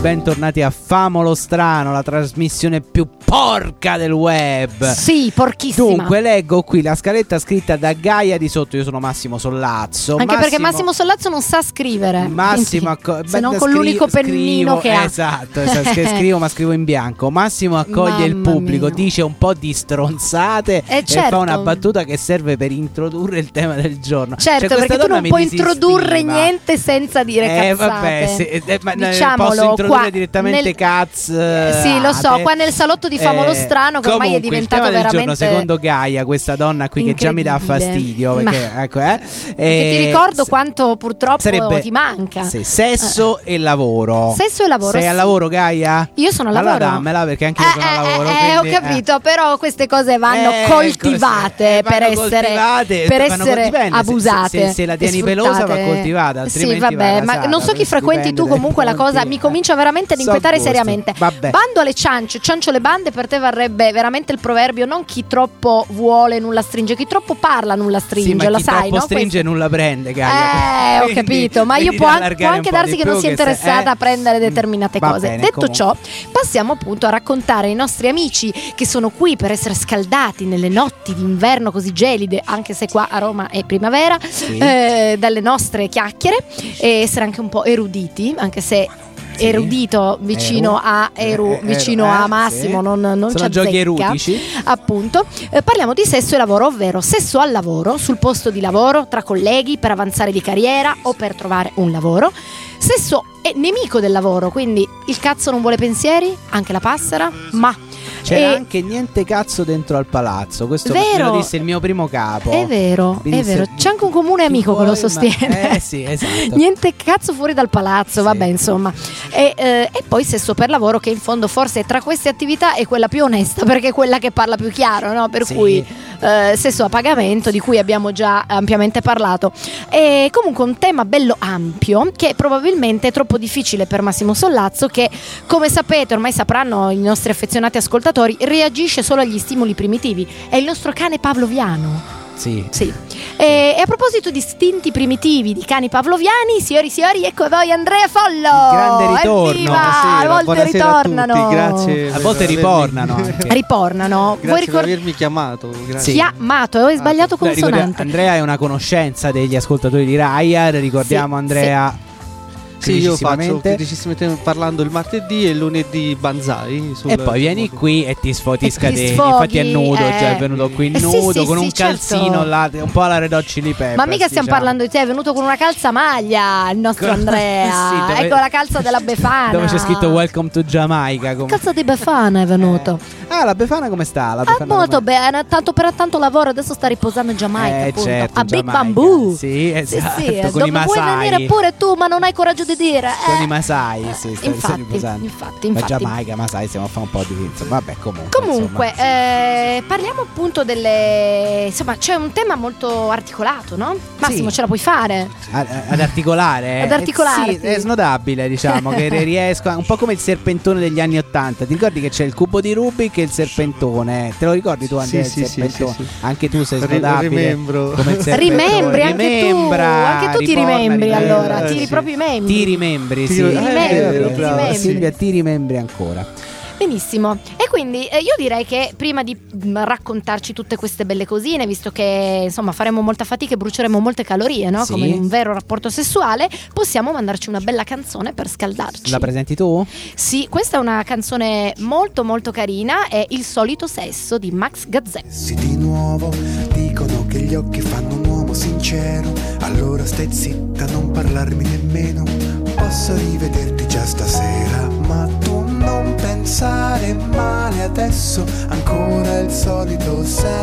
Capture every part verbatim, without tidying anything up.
bentornati a Famolo Strano, la trasmissione più porca del web. Sì, porchissima. Dunque, leggo qui la scaletta scritta da Gaia di sotto. Io sono Massimo Sollazzo. Anche Massimo, perché Massimo Sollazzo non sa scrivere. Massimo acco- se non con scri- l'unico pennino scrivo, che ha. Esatto, esatto scrivo ma scrivo in bianco. Massimo accoglie Mamma il pubblico, mia. dice un po' di stronzate eh, e certo. fa una battuta che serve per introdurre il tema del giorno. Certo, cioè, perché tu non puoi introdurre disistima. niente senza dire Eh cazzate. vabbè, se, eh, ma Diciamolo, posso introdurre qua direttamente nel... cazzo. Eh, sì, lo so, qua nel salotto di Famolo Strano che ormai è diventato il tema del veramente giorno, secondo Gaia, questa donna qui che già mi dà fastidio perché, ma... ecco, eh, perché ti ricordo s- quanto purtroppo sarebbe, ti manca. Sì, sesso eh. e lavoro. Sesso e lavoro. Sei sì. al lavoro, Gaia? Io sono al allora lavoro. dammela perché anche io eh, sono al eh, lavoro. Eh, quindi, ho capito, eh. però queste cose vanno Eh, coltivate così, per vanno essere, coltivate, per vanno essere coltivate. abusate. Se, se, se la tieni pelosa va coltivata, altrimenti sì, vabbè, va ma rasata, non so chi frequenti tu, comunque la cosa mi comincia veramente ad So inquietare gusti. seriamente. Vabbè. Bando alle ciance, ciancio le bande, per te varrebbe veramente il proverbio: non chi troppo vuole nulla stringe, chi troppo parla nulla stringe, sì, ma la chi sai, troppo no? stringe Questo... nulla prende, Gaia. Eh, ho capito, ma io può, an- può anche darsi che non sia interessata eh? a prendere determinate Va cose. bene, Detto comunque. ciò, passiamo appunto a raccontare ai nostri amici che sono qui per essere scaldati nelle notti d'inverno così gelide, anche se qua a Roma è primavera, Sì. eh, dalle nostre chiacchiere, e essere anche un po' eruditi, anche se Sì. erudito vicino Eru. a Eru, Eh, eh, vicino eh, a Massimo, sì. non, non ci Sono giochi azzecca. erudici. Appunto, eh, parliamo di sesso e lavoro, ovvero sesso al lavoro, sul posto di lavoro, tra colleghi, per avanzare di carriera o per trovare un lavoro. Sesso è nemico del lavoro, quindi il cazzo non vuole pensieri, anche la passera, ma c'era e... anche niente cazzo dentro al palazzo. Questo me Vero. lo disse il mio primo capo. È vero, Mi è disse, vero. C'è anche un comune chi amico che vuoi, lo sostiene. ma- Eh sì, esatto. Niente cazzo fuori dal palazzo, Sì. vabbè, insomma. E, eh, e poi sesso per lavoro, che in fondo forse tra queste attività è quella più onesta, perché è quella che parla più chiaro, no? Per Sì. cui eh, sesso a pagamento, di cui abbiamo già ampiamente parlato. E comunque un tema bello ampio, che probabilmente è troppo difficile per Massimo Sollazzo, che, come sapete, ormai sapranno i nostri affezionati ascoltatori, reagisce solo agli stimoli primitivi. È il nostro cane pavloviano. Sì. Sì. E, e a proposito di istinti primitivi di cani pavloviani, signori signori, ecco a voi Andrea Follo. Il grande ritorno. Evviva! Buonasera, a volte buonasera ritornano. a tutti, grazie. A per volte avermi- ripornano anche. Ripornano. Grazie Vuoi per ricordare? avermi chiamato. Grazie. Chiamato, hai sbagliato Dai, ricordiamo- consonante. Andrea è una conoscenza degli ascoltatori di Raiar. Ricordiamo Sì, Andrea. Sì, io faccio criticissimamente. criticissimamente parlando il martedì e il lunedì Banzai. sul- E poi vieni qui e ti sfoti E ti scateni. sfoghi, Infatti è nudo, eh. cioè è venuto qui Eh sì, nudo sì, con sì, un certo. calzino là, un po' alla Red Hot Chili Peppers, Ma mica stiamo diciamo. parlando di te, è venuto con una calza maglia il nostro Con- Andrea. Sì, dove- Ecco la calza della Befana. Dove c'è scritto Welcome to Jamaica. com- Calza di Befana è venuto. Ah, la Befana come sta? La Ah, Befana molto come- bene, tanto per tanto lavoro, adesso sta riposando in Giamaica, Eh, appunto. certo, a in Big Giamaica. Bamboo. Sì, esatto, Sì, sì, con dove i vuoi Masai. venire pure tu, ma non hai coraggio di dire. Con eh. i Masai, sì, sta- sta Infatti, riposando. infatti, Ma infatti. Giamaica, Masai, stiamo a fare un po' di insomma, vabbè, comunque. Comunque, insomma. eh, parliamo appunto delle. Insomma, c'è un tema molto articolato, no? Massimo, Sì. ce la puoi fare? A- ad articolare? Ad eh? articolarti. Sì, è snodabile, diciamo, che riesco a- un po' come il serpentone degli anni Ottanta. Ti ricordi che c'è il cubo di Rubik e il serpentone? Te lo ricordi tu, Andrea? Sì, il sì, sì, serpentone? sì, sì. Anche tu sei Ri- snodabile. rimembro. Come il serpentone. Rimembri anche Rimembra, tu, anche tu ti ritorna, rimembri rimembra. allora, Eh, tiri sì. proprio i membri. Ti rimembri, sì. Ti ri- eh, Eh, vero, brava, brava. Silvia, ti rimembri ancora. Benissimo, e quindi eh, io direi che prima di mh, raccontarci tutte queste belle cosine, visto che insomma faremo molta fatica e bruceremo molte calorie, no? Sì. Come in un vero rapporto sessuale, possiamo mandarci una bella canzone per scaldarci. La presenti tu? Sì, questa è una canzone molto molto carina, è Il solito sesso di Max Gazzè. Sì, di nuovo dicono che gli occhi fanno un uomo sincero. Allora stai zitta, non parlarmi nemmeno. Posso rivederti già stasera, ma tu non pensare male adesso. Ancora il solito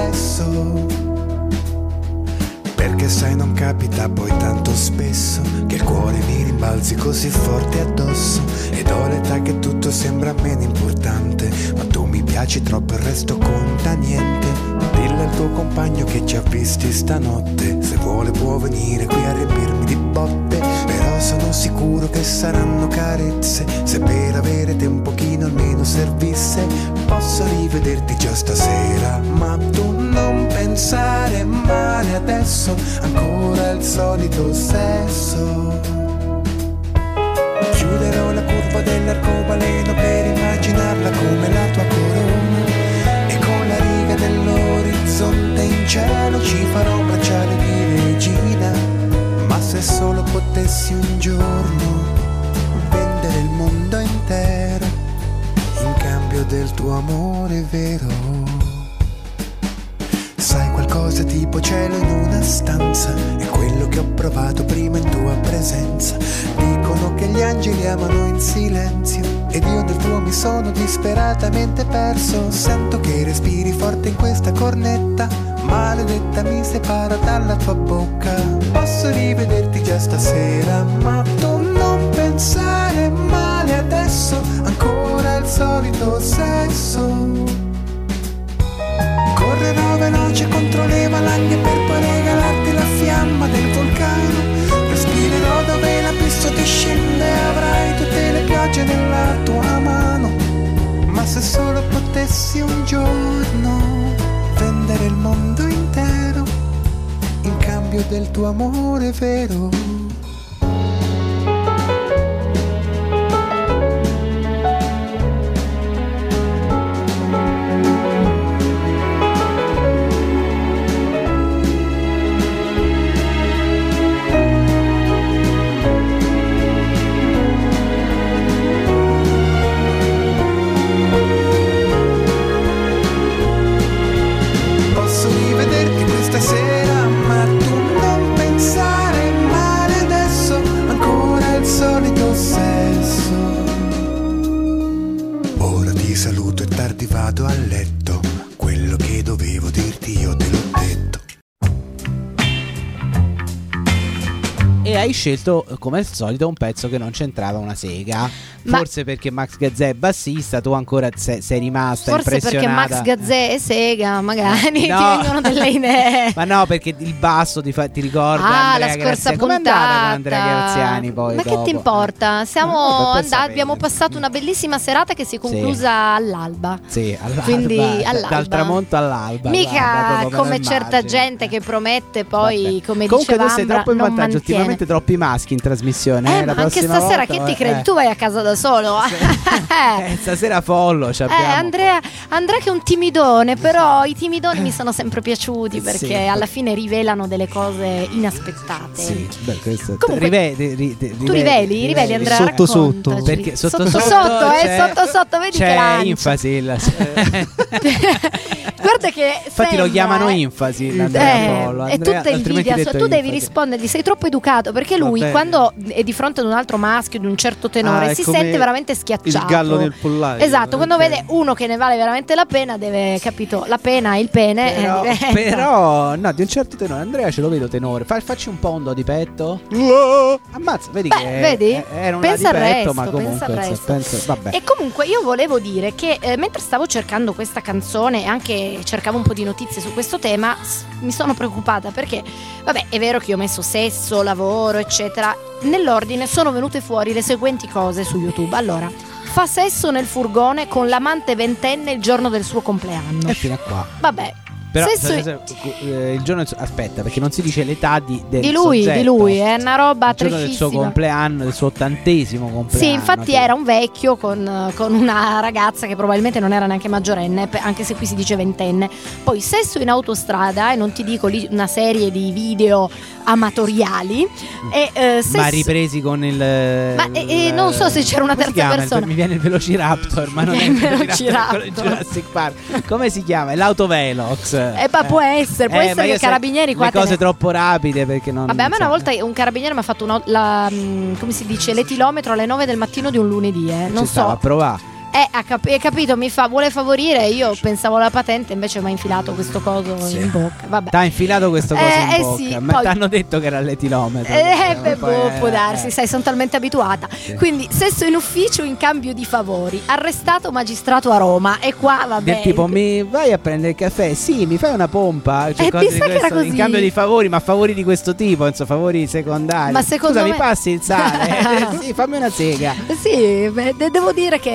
sesso. Perché sai non capita poi tanto spesso che il cuore mi rimbalzi così forte addosso. Ed ho l'età che tutto sembra meno importante, ma tu mi piaci troppo, il resto conta niente. Dillo al tuo compagno che ci ha visti stanotte, se vuole può venire qui a riempirmi di botte. Però sono sicuro che saranno carezze, se per avere te un pochino almeno servisse. Posso rivederti già stasera, ma tu non pensare male adesso. Ancora il solito sesso. Chiuderò la curva del dell'arcobaleno per immaginarla come la tua corona, e con la riga dell'orizzonte in cielo ci farò un bracciale di regina. Ma se solo potessi un giorno vendere il mondo intero in cambio del tuo amore vero. Sai, qualcosa tipo cielo in una stanza, è quello che ho provato prima in tua presenza. Dicono che gli angeli amano in silenzio ed io nel tuo mi sono disperatamente perso. Sento che respiri forte in questa cornetta, maledetta mi separa dalla tua bocca. Posso rivederti già stasera, ma tu non pensare male adesso, ancora il solito sesso. Correrò veloce contro le valanghe per poi regalarti la fiamma del vulcano. Respirerò dove l'abisso discende, avrai tutte le piogge nella tua mano. Ma se solo potessi un giorno vendere il mondo intero in cambio del tuo amore vero. Stasera, ma tu non pensare male adesso, ancora il solito sesso. Ora ti saluto e tardi vado a letto, quello che dovevo dirti io te l'ho detto. E hai scelto, come al solito, un pezzo che non c'entrava una sega. Ma forse perché Max Gazzè è bassista, tu ancora sei, sei rimasta forse impressionata. perché Max Gazzè e Sega magari No. ti vengono delle idee. Ma no, perché il basso ti, fa, ti ricorda Ah, Andrea la scorsa Graziani. Com'è andata puntata. con Andrea Graziani poi Ma dopo? che ti importa? Siamo No, per andati, sapere. abbiamo passato una bellissima serata che si è conclusa all'alba. Sì, all'alba, Quindi, da- all'alba. dal tramonto all'alba. Mica guarda, proprio me come lo certa immagino. gente che promette poi, Vabbè. come Comunque diceva tu sei Ambra, troppo in non vantaggio, mantiene. ultimamente troppi maschi in trasmissione. Eh, eh, la ma anche prossima stasera volta, che ti eh, credi? eh. Tu vai a casa da solo. Eh, stasera follo ci Eh, abbiamo. Andrea, Andrea che è un timidone, però i timidoni mi sono sempre piaciuti perché Sì. alla fine rivelano delle cose inaspettate. Sì, beh, questo Comunque, rive- ri- ri- ri- Tu riveli, riveli Andrea, Sotto, sotto. raccontaci. Perché sotto sotto, sotto sotto, eh, c'è- sotto sotto, vedi che c'è lancia. enfasi la- Guarda che infatti lo sembra, chiamano eh. enfasi l'Andrea Eh, Pollo. è Andrea- tutta altrimenti invidia, detto tu devi enfasi. rispondergli, sei troppo educato perché lui Vabbè. quando è di fronte ad un altro maschio di un certo tenore Ah, è si come sente veramente schiacciato. il gallo nel pollaio. Esatto, quando Ok. vede uno che ne vale veramente la pena deve, capito, la pena, il pene Però, eh, diventa- però, no, di un certo tenore. Andrea ce lo vedo tenore. Fa- facci un po' un do di petto. Ammazza, vedi Beh, che vedi? è- era un Pensa la di al petto, resto, ma pensa comunque al insomma, resto. penso- vabbè. E comunque io volevo dire che eh, mentre stavo cercando questa canzone e anche cercavo un po' di notizie su questo tema, s- mi sono preoccupata perché, vabbè, è vero che io ho messo sesso, lavoro, eccetera. Nell'ordine sono venute fuori le seguenti cose su YouTube. Allora, fa sesso nel furgone con l'amante ventenne il giorno del suo compleanno. E fino a qua. Vabbè. Però Sesso- se- se- eh, il giorno del suo- aspetta, perché non si dice l'età di, del di lui, soggetto. di lui, è una roba il giorno del suo trecissima. compleanno, del suo ottantesimo compleanno. Sì, infatti che- era un vecchio con, con una ragazza che probabilmente non era neanche maggiorenne, pe- anche se qui si dice ventenne. Poi sesso in autostrada, e non ti dico lì una serie di video amatoriali. E, eh, sesso- Ma ripresi con il. Ma, eh, eh, il- non so se c'era una come si terza chiama? persona. Mi viene il Velociraptor, ma non Mi è il viene il Velociraptor, quello di Velociraptor. Jurassic Park. Come si chiama? L'autovelox. Eh, ma può essere, può Eh, essere ma che io i sai, carabinieri qua le te cose ne- troppo rapide perché non. Vabbè, a me una insomma. volta un carabiniere mi ha fatto una- la, mm, come si dice, l'etilometro alle nove del mattino di un lunedì, eh. Non Ci stava a so. provare. Eh, ha cap- hai capito, mi fa, vuole favorire, io pensavo alla patente, invece mi ha infilato questo coso Sì. in bocca. Vabbè. T'ha infilato questo coso Eh, in eh bocca. sì, ma poi- t'hanno detto che era l'etilometro. Eh, beh, Poi, boh, eh, può darsi, eh. sai, sono talmente abituata. Quindi, sesso in ufficio in cambio di favori. Arrestato magistrato a Roma. E qua va Del bene. tipo, mi vai a prendere il caffè? Sì, mi fai una pompa? Cioè, Eh, cose mi di sa che era questo, in così. cambio di favori, ma favori di questo tipo, insomma, favori secondari. Ma secondo Scusa, me- mi passi il sale? Eh, sì, fammi una sega. Sì, beh, de- devo dire che In ufficio.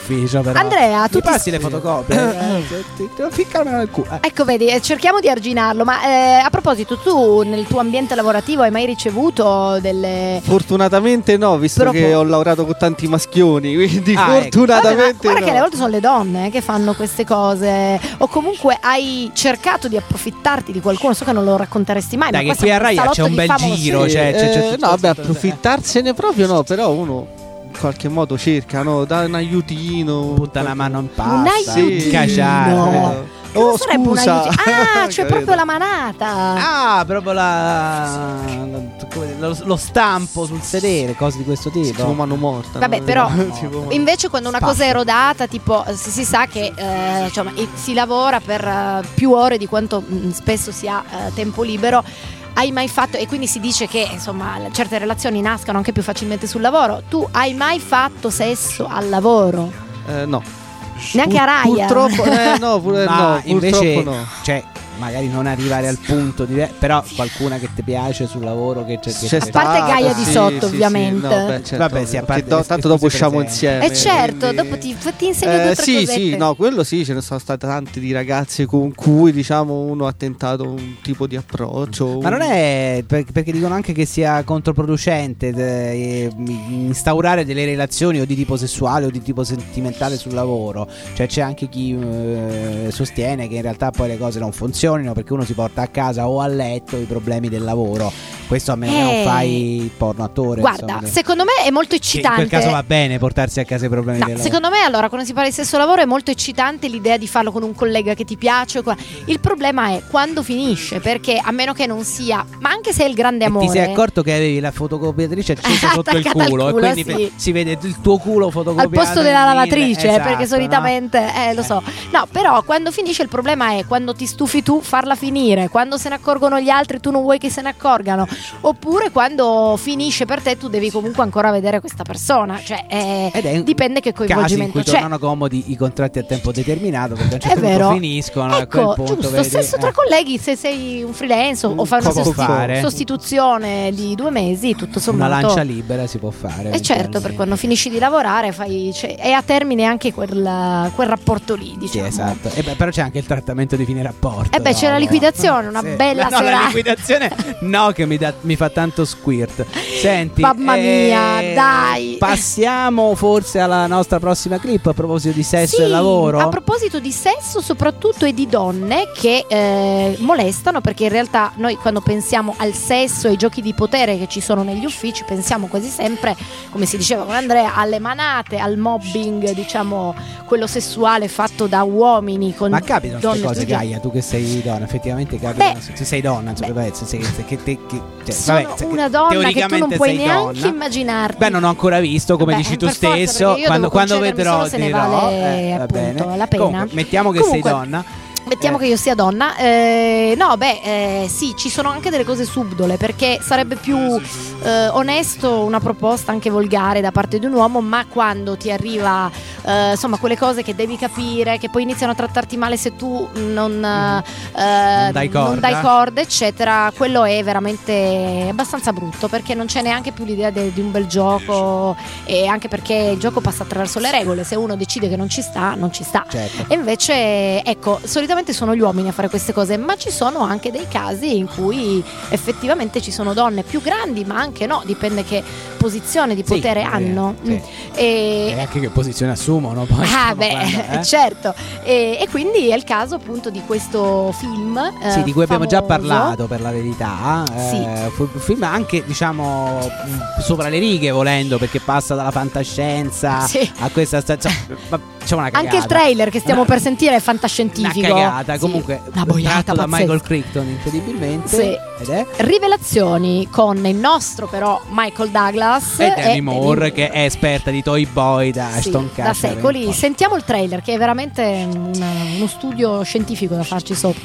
ufficio, però. Andrea, tu mi ti passi le fotocopie? eh, ti, ti, ficcarmelo nel culo. Eh. Ecco, vedi, cerchiamo di arginarlo. Ma eh, a proposito, tu nel tuo ambiente lavorativo hai mai ricevuto delle... Fortunatamente no, visto Propo- che ho lavorato con tanti maschioni, quindi Ah, ecco. fortunatamente Vabbè, ma guarda no. che alle volte sono le donne eh, che fanno queste cose. O comunque hai cercato di approfittarti di qualcuno. So che non lo racconteresti mai. Dai, ma che qui a Raia c'è un bel giro, Sì, cioè, c'è- c'è eh, tutto- no, vabbè, tutto- approfittarsene proprio no, però uno in qualche modo cerca, no, dà un aiutino, butta una mano in pasta, Un Sì. aiutino. cacciare. Cosa Oh, sarebbe un scusa. aiuto? Ah, c'è Capito. proprio la manata. Ah, proprio la, come dire, lo, lo stampo sul sedere, cose di questo tipo. Tipo mano morta. Vabbè, no? però Tipo mano- invece quando una Spazio. cosa è rodata, tipo si, si sa che eh, insomma, e- si lavora per eh, più ore di quanto mh, spesso si ha eh, tempo libero. Hai mai fatto, e quindi si dice che insomma certe relazioni nascano anche più facilmente sul lavoro. Tu hai mai fatto sesso al lavoro? Eh, no. Neanche a Raia? Purtroppo eh, no, pure, Ma no, invece, purtroppo no. cioè, magari non arrivare al punto di, però qualcuna che ti piace sul lavoro che c'è, che C'è che- A parte stata, Gaia di sì, sotto, sì, ovviamente. sì, no, beh, certo, Vabbè, sì, a perché parte do- le tanto dopo scuse usciamo presenti. insieme. E certo, quindi- dopo ti, ti insegno due o Eh, tre sì, cosette. sì, no, quello sì, ce ne sono state tante di ragazze con cui diciamo uno ha tentato un tipo di approccio. Ma un- non è per- perché dicono anche che sia controproducente eh, instaurare delle relazioni o di tipo sessuale o di tipo sentimentale sul lavoro. Cioè c'è anche chi eh, sostiene che in realtà poi le cose non funzionino perché uno si porta a casa o a letto i problemi del lavoro. Questo a meno che Eh. non fai il porno attore. Guarda, insomma. secondo me è molto Che in eccitante. quel caso va bene portarsi a casa i problemi No, del lavoro. secondo me allora quando si parla di stesso lavoro è molto eccitante l'idea di farlo con un collega che ti piace. qua- Il problema è quando finisce, perché a meno che non sia, ma anche se è il grande E amore. ti sei accorto che avevi la fotocopiatrice accesa sotto il Attaccata al culo, culo, e quindi sì. pe- si vede il tuo culo fotocopiato al posto in della mille- lavatrice, esatto, perché no? solitamente eh, lo so. No, però quando finisce il problema è quando ti stufi tu farla finire, quando se ne accorgono gli altri tu non vuoi che se ne accorgano, oppure quando finisce per te tu devi comunque ancora vedere questa persona, cioè eh, Ed è un dipende che casi in coinvolgimento cui c'è. tornano comodi i contratti a tempo determinato perché a un certo È punto vero. finiscono, a Ecco, quel punto giusto, vedi, stesso tra eh. colleghi, se sei un freelance o- o fai una Poco sosti- fare. sostituzione di due mesi, tutto Una sommato. lancia libera si può fare. E certo, per quando finisci di lavorare fai, cioè, è a termine anche quel, quel rapporto lì, Sì, diciamo. esatto. E beh, però c'è anche il trattamento di fine rapporto. Eh beh, c'è la no? liquidazione, una Sì. bella no, la serata. liquidazione no, che mi, dà- mi fa tanto squirt. Senti, Mamma mia, eh, dai. Passiamo forse alla nostra prossima clip a proposito di sesso Sì, e lavoro. a proposito di sesso soprattutto e di donne che eh, molestano, perché in realtà noi quando pensiamo al sesso e ai giochi di potere che ci sono negli uffici pensiamo quasi sempre, come si diceva con Andrea, alle manate, al mobbing, diciamo quello sessuale fatto da uomini con Ma capitano queste donne, cose, tutti- Gaia, tu che sei donna, effettivamente capitano. Beh, se sei donna, insomma, beh. vabbè, se, se, se- che te, che, cioè, Sono vabbè, se- una donna che tu non teoricamente puoi sei neanche donna. immaginarti. Beh, non ho ancora visto, come Beh, dici tu per forza, stesso. perché io Quando, devo quando concedermi vedrò, solo se ne dirò. vale, eh, va appunto, bene. la pena. Comunque, mettiamo che Comunque, sei donna. Mettiamo Eh. che io sia donna. Eh, no, beh, eh, sì, ci sono anche delle cose subdole, perché sarebbe più eh, onesto una proposta anche volgare da parte di un uomo, ma quando ti arriva eh, insomma quelle cose che devi capire, che poi iniziano a trattarti male se tu non, eh, Non dai corda. non dai corda, eccetera, quello è veramente abbastanza brutto, perché non c'è neanche più l'idea de- di un bel gioco, e anche perché il gioco passa attraverso le regole, se uno decide che non ci sta, non ci sta. Certo. E invece, ecco, solitamente sono gli uomini a fare queste cose, ma ci sono anche dei casi in cui effettivamente ci sono donne più grandi, ma anche no, dipende che posizione di Sì, potere eh, hanno. sì. Mm. E, E anche che posizione assumono poi. ah, insomma, beh, quando, eh? certo. E, e quindi è il caso appunto di questo film. eh, Sì, di cui abbiamo già famoso. parlato per la verità. Sì. Eh, fu- un film anche, diciamo, mh, sopra le righe volendo, perché passa dalla fantascienza Sì. a questa stazione. C'è una cagata. Anche il trailer che stiamo Una- per sentire è Una fantascientifico. cagata, Sì, comunque una boiata tratto da pazzesca. Michael Crichton incredibilmente. Sì. Ed è Rivelazioni con il nostro però Michael Douglas e Demi e Moore, Demi che è esperta di Toy Boy da Sì, Ashton da Kutcher. secoli. Sentiamo il trailer, che è veramente una- uno studio scientifico da farci sopra.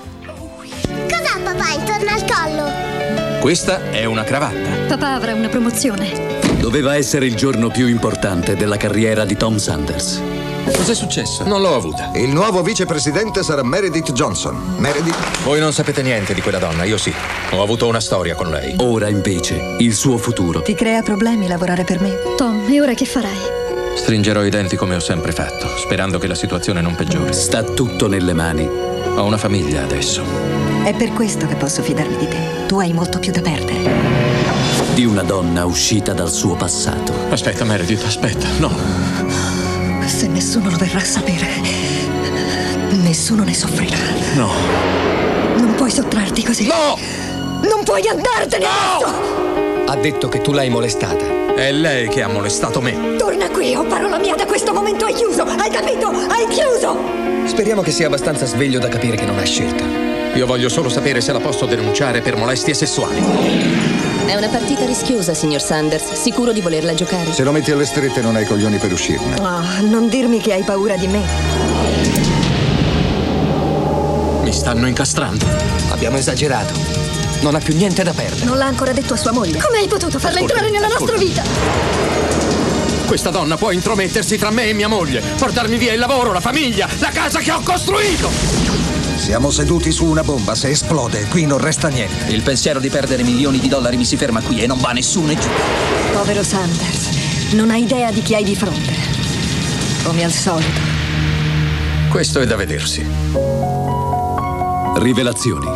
Cos'ha papà intorno al collo? Questa è una cravatta. Papà avrà una promozione. Doveva essere il giorno più importante della carriera di Tom Sanders. Cos'è successo? Non l'ho avuta. Il nuovo vicepresidente sarà Meredith Johnson. Meredith? Voi non sapete niente di quella donna, io sì. Ho avuto una storia con lei. Ora invece il suo futuro Ti crea problemi lavorare per me? Tom, e ora che farai? Stringerò i denti come ho sempre fatto, sperando che la situazione non peggiori. Sta tutto nelle mani. Ho una famiglia adesso. È per questo che posso fidarmi di te. Tu hai molto più da perdere. Di una donna uscita dal suo passato. Aspetta, Meredith, aspetta, no. Se nessuno lo verrà a sapere, nessuno ne soffrirà. No. Non puoi sottrarti così. No! Non puoi andartene adesso! Ha detto che tu l'hai molestata. È lei che ha molestato me. Torna qui, ho parola mia, da questo momento hai chiuso, hai capito? Hai chiuso! Speriamo che sia abbastanza sveglio da capire che non ha scelta. Io voglio solo sapere se la posso denunciare per molestie sessuali. È una partita rischiosa, signor Sanders. Sicuro di volerla giocare? Se lo metti alle strette non hai coglioni per uscirne. Oh, non dirmi che hai paura di me. Mi stanno incastrando. Abbiamo esagerato. Non ha più niente da perdere. Non l'ha ancora detto a sua moglie. Come hai potuto farla Ascolta, entrare nella ascolta. nostra vita? Questa donna può intromettersi tra me e mia moglie, portarmi via il lavoro, la famiglia, la casa che ho costruito. Siamo seduti su una bomba, se esplode qui non resta niente. Il pensiero di perdere milioni di dollari mi si ferma qui e non va nessuno giù. Povero Sanders, non hai idea di chi hai di fronte. Come al solito. Questo è da vedersi. Rivelazioni.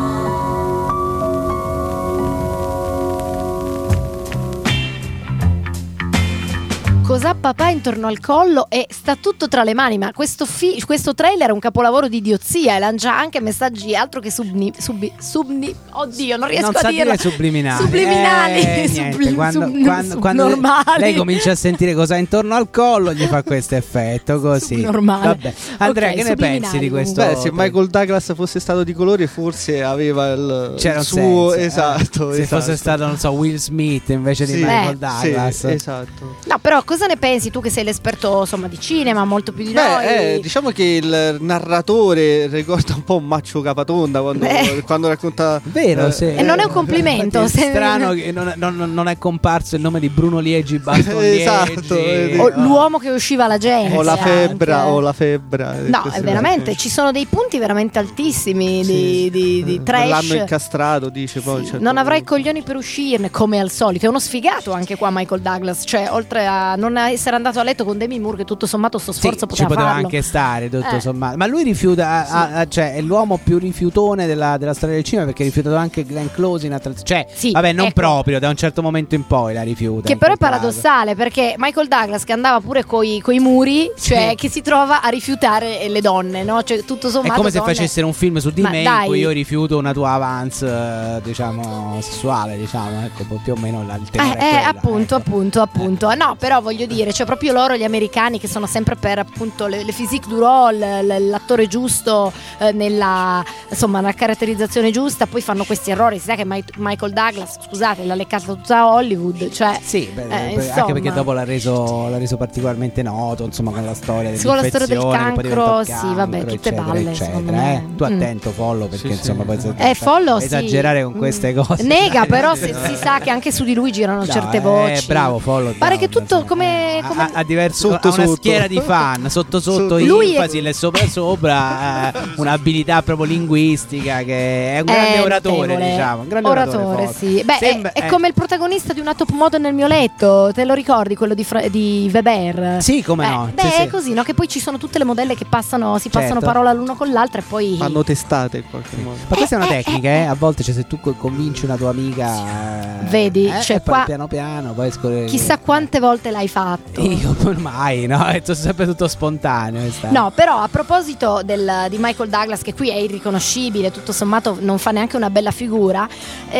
Cos'ha papà intorno al collo e sta tutto tra le mani, ma questo, fi- questo trailer è un capolavoro di idiozia e lancia anche messaggi altro che subni, subni, subni oddio non riesco non a sa dirlo dire subliminali subliminali eh, subli- niente, quando, sub- quando, sub- quando normali. lei comincia a sentire cosa ha intorno al collo gli fa questo effetto così normale. Vabbè. Andrea, Okay, che ne pensi di questo? Beh, se Michael Douglas fosse stato di colore forse aveva il, c'era il un suo senso, eh. esatto, se esatto. fosse stato non so Will Smith invece di Sì, Michael eh, Douglas sì, esatto. No, però cosa ne pensi tu che sei l'esperto insomma di cinema molto più di noi? Beh, eh, diciamo che il narratore ricorda un po' un Maccio Capatonda quando, Beh. quando racconta. Vero, eh, sì. E non è un complimento. Infatti è se- strano che non, non- non è comparso il nome di Bruno Liegi Baston Liegi. Esatto, eh, O l'uomo che usciva alla gente. O la anche. febbra, o la febbra. eh, No, queste è veramente, cose. ci sono dei punti veramente altissimi di, di, di Eh, trash. L'hanno incastrato, dice poi. Sì, certo non avrai punto. coglioni per uscirne, come al solito. È uno sfigato anche qua Michael Douglas. Cioè, oltre a non essere andato a letto con Demi Moore, che tutto sommato sto Sì, sforzo ci poteva poteva farlo. anche stare tutto Eh. sommato. Ma lui rifiuta, ha- ha- cioè è l'uomo più rifiutone della, della storia del cinema, perché ha rifiutato anche Glenn Close in altre. Cioè, Sì, vabbè, non ecco. proprio, da un certo momento in poi la rifiuta. Che in però è quel caso. paradossale, perché Michael Douglas che andava pure coi, coi muri, cioè Sì. che si trova a rifiutare le donne, no? Cioè tutto sommato È come se donne- facessero un film su di Ma me dai. in cui io rifiuto una tua avance, eh, diciamo, sessuale, diciamo, ecco, più o meno la- il Eh, tenore è eh, quello, appunto, ecco. appunto, appunto. No, però voglio dire, cioè proprio loro, gli americani, che sono sempre per appunto le, le physique du rôle, l- l'attore giusto eh, nella insomma nella caratterizzazione giusta, poi fanno questi errori. Si sa che Mi- Michael Douglas, scusate, l'ha leccata tutta Hollywood, cioè Sì, beh, eh, beh, insomma. anche perché dopo l'ha reso, l'ha reso particolarmente noto, insomma, con la storia Sì, con la storia del dell'infezione, che poi diventa cancro, un sì, vabbè, cancro, tutte eccetera, balle, eccetera, secondo me. eh. Tu Mm. attento, Follo, perché Sì, insomma sì. poi se- Eh, Follo, sì. esagerare con queste cose. Nega, però Sì, se- no. si sa che anche su di lui girano No, certe eh, voci. bravo Follo. Pare bravo, che tutto insomma, come- eh, come- ha, ha diversi Sotto, ha una sotto. schiera di fan, sotto sotto Sotto. Lui è- enfasi e sopra sopra, eh, un'abilità proprio linguistica che è un grande È oratore, notevole. diciamo, un grande oratore, oratore, Follo. sì. Beh, Sembra- è, è eh. come il protagonista di una top model nel mio letto. Te lo ricordi quello di, Fra- di Weber? Sì, come Eh, no. Beh, Sì, è sì. così, no? Che poi ci sono tutte le modelle che passano, si passano Certo. parola l'uno con l'altra e poi. Fanno testate in qualche modo. Ma questa è una Eh, eh, tecnica, eh? A volte, cioè, se tu co- convinci una tua amica, eh, Vedi, eh, cioè e poi qua- piano piano, poi scor- Chissà quante volte l'hai fatto. Io ormai, no? È sempre tutto spontaneo. è stato. No, però a proposito del- di Michael Douglas, che qui è irriconoscibile, tutto sommato non fa neanche una bella figura,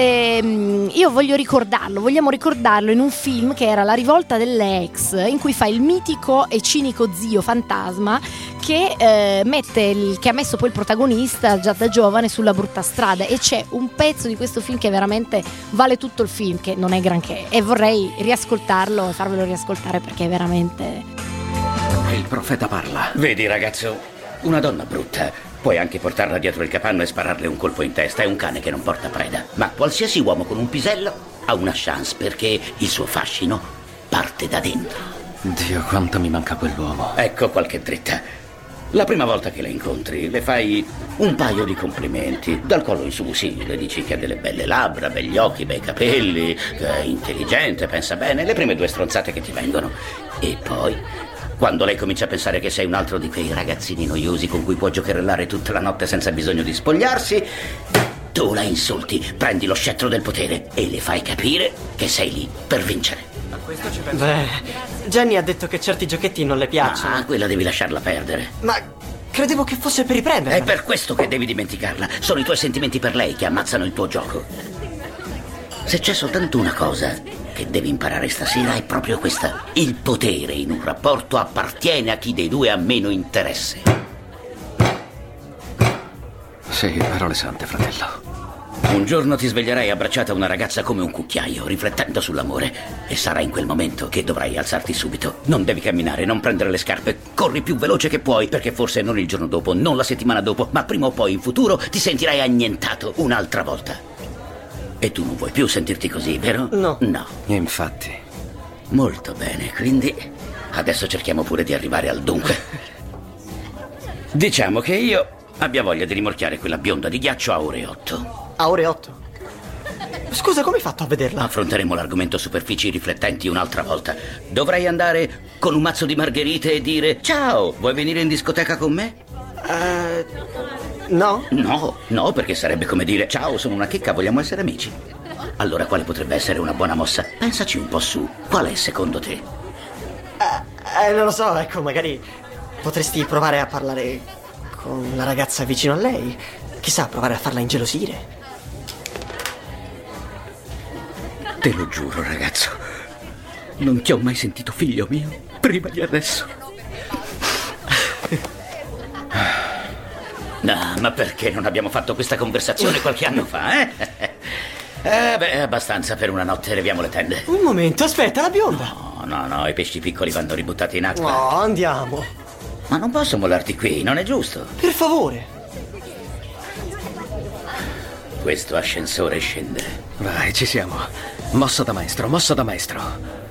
ehm, io voglio ricordarlo, vogliamo ricordarlo in un film che era La rivolta delle ex, in cui fa il mitico e cinico zio fantasma che, eh, mette il, che ha messo poi il protagonista già da giovane sulla brutta strada, e c'è un pezzo di questo film che veramente vale tutto il film, che non è granché, e vorrei riascoltarlo e farvelo riascoltare perché è veramente... Il profeta parla. Vedi, ragazzo, una donna brutta. Puoi anche portarla dietro il capanno e spararle un colpo in testa. È un cane che non porta preda. Ma qualsiasi uomo con un pisello ha una chance, perché il suo fascino parte da dentro. Dio, quanto mi manca quell'uomo. Ecco qualche dritta. La prima volta che la incontri le fai un paio di complimenti. Dal collo in su, sì, le dici che ha delle belle labbra, begli occhi, bei capelli, che è intelligente, pensa bene, le prime due stronzate che ti vengono. E poi, quando lei comincia a pensare che sei un altro di quei ragazzini noiosi con cui può giocherellare tutta la notte senza bisogno di spogliarsi, tu la insulti, prendi lo scettro del potere e le fai capire che sei lì per vincere. A questo ci penso. Beh, Jenny ha detto che certi giochetti non le piacciono. Ah, quella devi lasciarla perdere. Ma credevo che fosse per riprenderla. È per questo che devi dimenticarla. Sono i tuoi sentimenti per lei che ammazzano il tuo gioco. Se c'è soltanto una cosa che devi imparare stasera è proprio questa. Il potere in un rapporto appartiene a chi dei due ha meno interesse. Sì, parole sante, fratello. Un giorno ti sveglierai abbracciata a una ragazza come un cucchiaio, riflettendo sull'amore. E sarà in quel momento che dovrai alzarti subito. Non devi camminare, non prendere le scarpe. Corri più veloce che puoi, perché forse non il giorno dopo, non la settimana dopo, ma prima o poi in futuro ti sentirai annientato un'altra volta. E tu non vuoi più sentirti così, vero? No. No. Infatti. Molto bene, quindi adesso cerchiamo pure di arrivare al dunque. Diciamo che io abbia voglia di rimorchiare quella bionda di ghiaccio a ore otto. A ore otto? Scusa, come hai fatto a vederla? Affronteremo l'argomento superfici riflettenti un'altra volta. Dovrei andare con un mazzo di margherite e dire: ciao, vuoi venire in discoteca con me? Uh, no. No, no, perché sarebbe come dire: ciao, sono una chicca, vogliamo essere amici. Allora quale potrebbe essere una buona mossa? Pensaci un po' su. Qual è secondo te? Uh, eh, non lo so, ecco, magari potresti provare a parlare con la ragazza vicino a lei. Chissà, provare a farla ingelosire. Te lo giuro, ragazzo, non ti ho mai sentito figlio mio prima di adesso. No, ma perché non abbiamo fatto questa conversazione qualche anno fa, eh? Eh, beh, abbastanza per una notte, leviamo le tende. Un momento, aspetta, la bionda. No, no, no, i pesci piccoli vanno ributtati in acqua. No, andiamo. Ma non posso mollarti qui, non è giusto. Per favore. Questo ascensore scende. Vai, ci siamo. Mossa da maestro, mossa da maestro.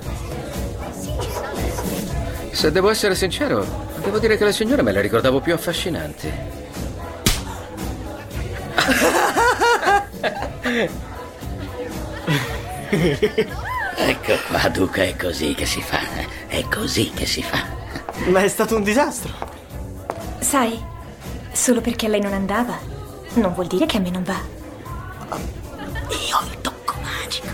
Se devo essere sincero, devo dire che le signore me le ricordavo più affascinanti. Ecco qua, Duca, è così che si fa. È così che si fa. Ma è stato un disastro. Sai, solo perché a lei non andava, non vuol dire che a me non va. Io ho il tocco magico.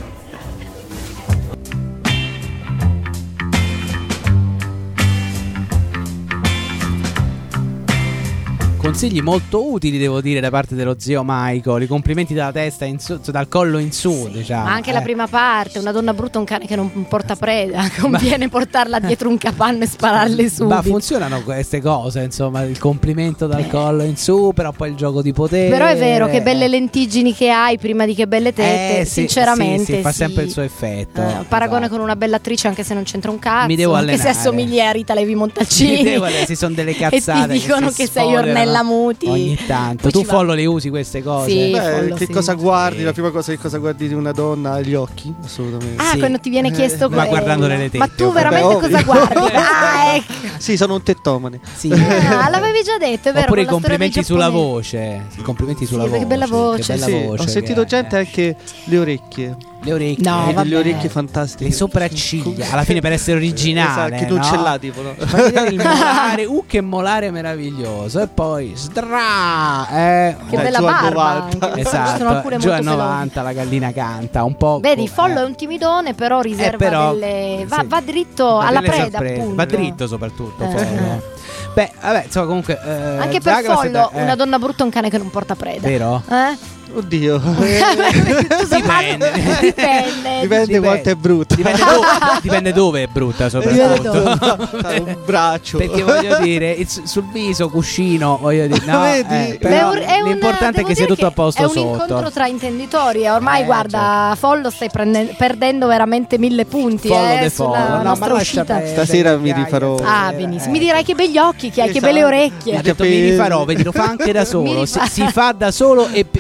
Consigli molto utili, devo dire, da parte dello zio Michael. I complimenti dalla testa in su, dal collo in su, diciamo. Ma anche eh. la prima parte, una donna brutta, un cane che non porta preda. Conviene portarla dietro un capanno e spararle subito. Ma funzionano queste cose, insomma, il complimento dal Beh. collo in su, però poi il gioco di potere. Però è vero, che belle lentiggini che hai prima di che belle tette, eh, sinceramente. Sì, sì, fa sì. sempre il suo effetto. Eh, paragone esatto. con una bella attrice, anche se non c'entra un cazzo. Mi devo allenare. Anche se assomiglia a Rita Levi Montalcini. Mi devo allenare, si sono delle cazzate. E ti dicono che, che sei Ornella Muti. Ogni tanto. Tu Follo le usi queste cose? Sì, Beh, Follo, che sì. cosa guardi? Sì. La prima cosa che cosa guardi di una donna? Gli occhi? Assolutamente. Ah, sì. Quando ti viene chiesto Ma guardandole le tette. Ma tu veramente Vabbè, cosa guardi? Ah, ecco. Sì, sono un tettomane. Sì. Ah, l'avevi già detto, è vero. Oppure i complimenti sulla voce. I complimenti sulla sì, voce. Che bella voce. Che bella sì, voce ho sentito che gente è. anche le orecchie. Le orecchie, no, eh, delle orecchie fantastiche. Le sopracciglia, alla fine per essere originale. Esatto, che non no? ce l'ha, tipo, no? Fa vedere il molare, uh, che molare meraviglioso. E poi sdra, eh, che eh, bella giù barba. Esatto, giù a novanta la gallina canta un po'. Vedi, Follo è un timidone, però riserva eh, però, sì. delle va, va dritto Va alla preda, sorprese. appunto. Va dritto soprattutto, eh. Follo. Beh, vabbè, insomma, comunque eh, anche per Zagros Follo, è, eh. una donna brutta è un cane che non porta preda. Vero? Eh? Oddio. Dipende. Dipende. Dipende quanto è brutta. Dipende dove, dipende dove è brutta, soprattutto. Un braccio. Perché voglio dire, il, sul viso, cuscino, voglio dire, no, Vedi? eh, però Beh, è un, l'importante è che sia tutto a posto sotto. sotto. È un incontro tra intenditori. Ormai, eh, guarda, certo. Follo stai prendendo, perdendo veramente mille punti. Follo eh, de Follo. sulla No, nostra ma uscita. Stasera mi rifarò. Ah, benissimo. Mi dirai che begli occhi che hai, Esatto. che belle orecchie. Ha detto mi rifarò, vedi, lo fa anche da solo. Si, si fa da solo e in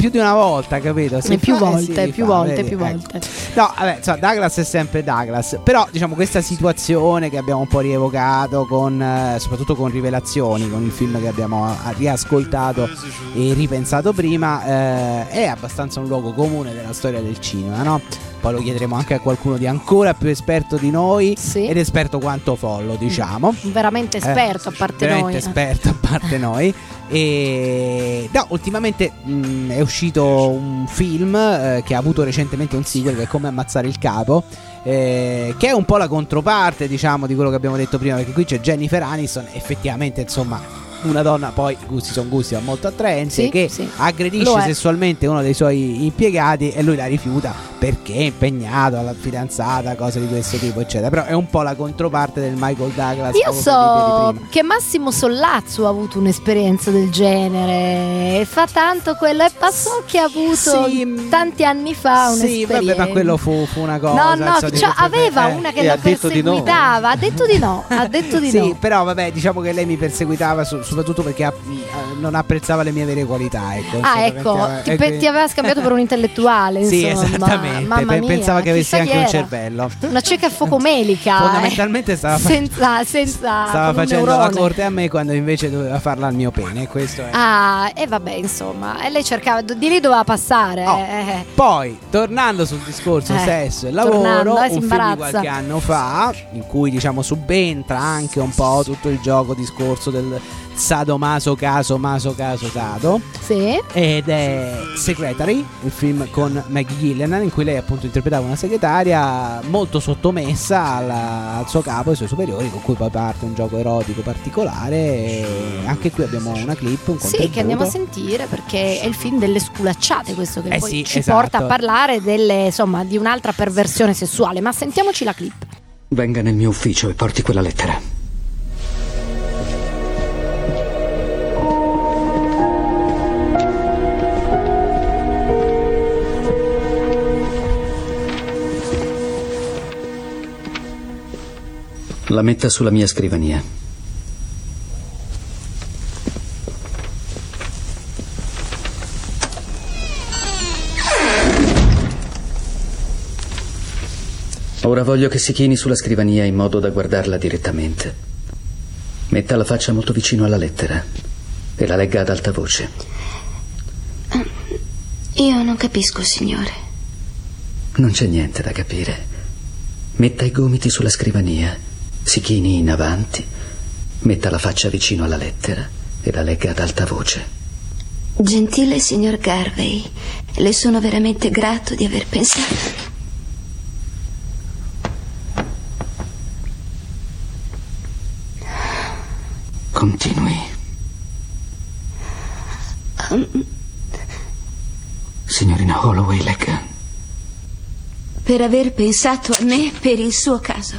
più di una volta, capito? Si più fa, volte, si più fa, volte, vedi? più Ecco. volte. No, vabbè, insomma, Douglas è sempre Douglas. Però, diciamo, questa situazione che abbiamo un po' rievocato con, eh, soprattutto con Rivelazioni, con il film che abbiamo a- riascoltato e ripensato prima, eh, è abbastanza un luogo comune della storia del cinema, no? Poi lo chiederemo anche a qualcuno di ancora più esperto di noi, Sì. ed esperto quanto Follo, diciamo. Veramente esperto, a parte veramente noi. esperto a parte noi. E no, ultimamente mh, è uscito un film eh, che ha avuto recentemente un sequel, che è Come ammazzare il capo, eh, che è un po' la controparte, diciamo, di quello che abbiamo detto prima, perché qui c'è Jennifer Aniston, effettivamente, insomma, una donna, poi gusti sono gusti, ma molto attraenti, Sì, che sì. aggredisce sessualmente uno dei suoi impiegati e lui la rifiuta perché è impegnato alla fidanzata, cose di questo tipo, eccetera. Però è un po' la controparte del Michael Douglas. Io proprio so di prima. che Massimo Sollazzo ha avuto un'esperienza del genere e fa tanto quello, e passò che ha avuto Sì, tanti anni fa Sì, un'esperienza. vabbè, ma quello fu, fu una cosa. No, no, insomma, cioè, aveva eh. una che E la ha detto di no. perseguitava. Ha detto di no, ha detto di Sì, no. però vabbè, diciamo che lei mi perseguitava so- soprattutto perché ha- eh, non apprezzava le mie vere qualità, ecco. Ah, insomma, ecco, perché- ti, eh, pe- che- ti aveva scambiato per un intellettuale, Sì, insomma. esattamente. Mamma Pe- mia, pensava che avessi chissà anche chi un era. cervello. Una cieca focomelica. Fondamentalmente stava, fa- senza, senza stava con un facendo la neurone. corte a me quando invece doveva farla al mio pene. Questo è. Ah, e vabbè, insomma, e lei cercava, di lì doveva passare. Oh. eh. Poi, tornando sul discorso Eh, sesso e tornando, lavoro, eh, si un film di imbarazza. qualche anno fa, in cui diciamo subentra anche un po' tutto il gioco discorso del sadomaso caso maso caso sado, Sì. ed è Secretary, il film con Maggie Gyllenhaal, in cui lei appunto interpretava una segretaria molto sottomessa alla- al suo capo e ai suoi superiori, con cui poi parte un gioco erotico particolare. E anche qui abbiamo una clip, un contributo. Sì, che andiamo a sentire, perché è il film delle sculacciate, questo che Eh poi sì, ci esatto. porta a parlare delle, insomma, di un'altra perversione sessuale. Ma sentiamoci la clip. Venga nel mio ufficio e porti quella lettera. La metta sulla mia scrivania. Ora voglio che si chini sulla scrivania in modo da guardarla direttamente. Metta la faccia molto vicino alla lettera e la legga ad alta voce. Io non capisco, signore. Non c'è niente da capire. Metta i gomiti sulla scrivania, si chini in avanti, metta la faccia vicino alla lettera e la legga ad alta voce. Gentile signor Garvey, le sono veramente grato di aver pensato. Continui. Um, Signorina Holloway, legga. per aver pensato a me per il suo caso.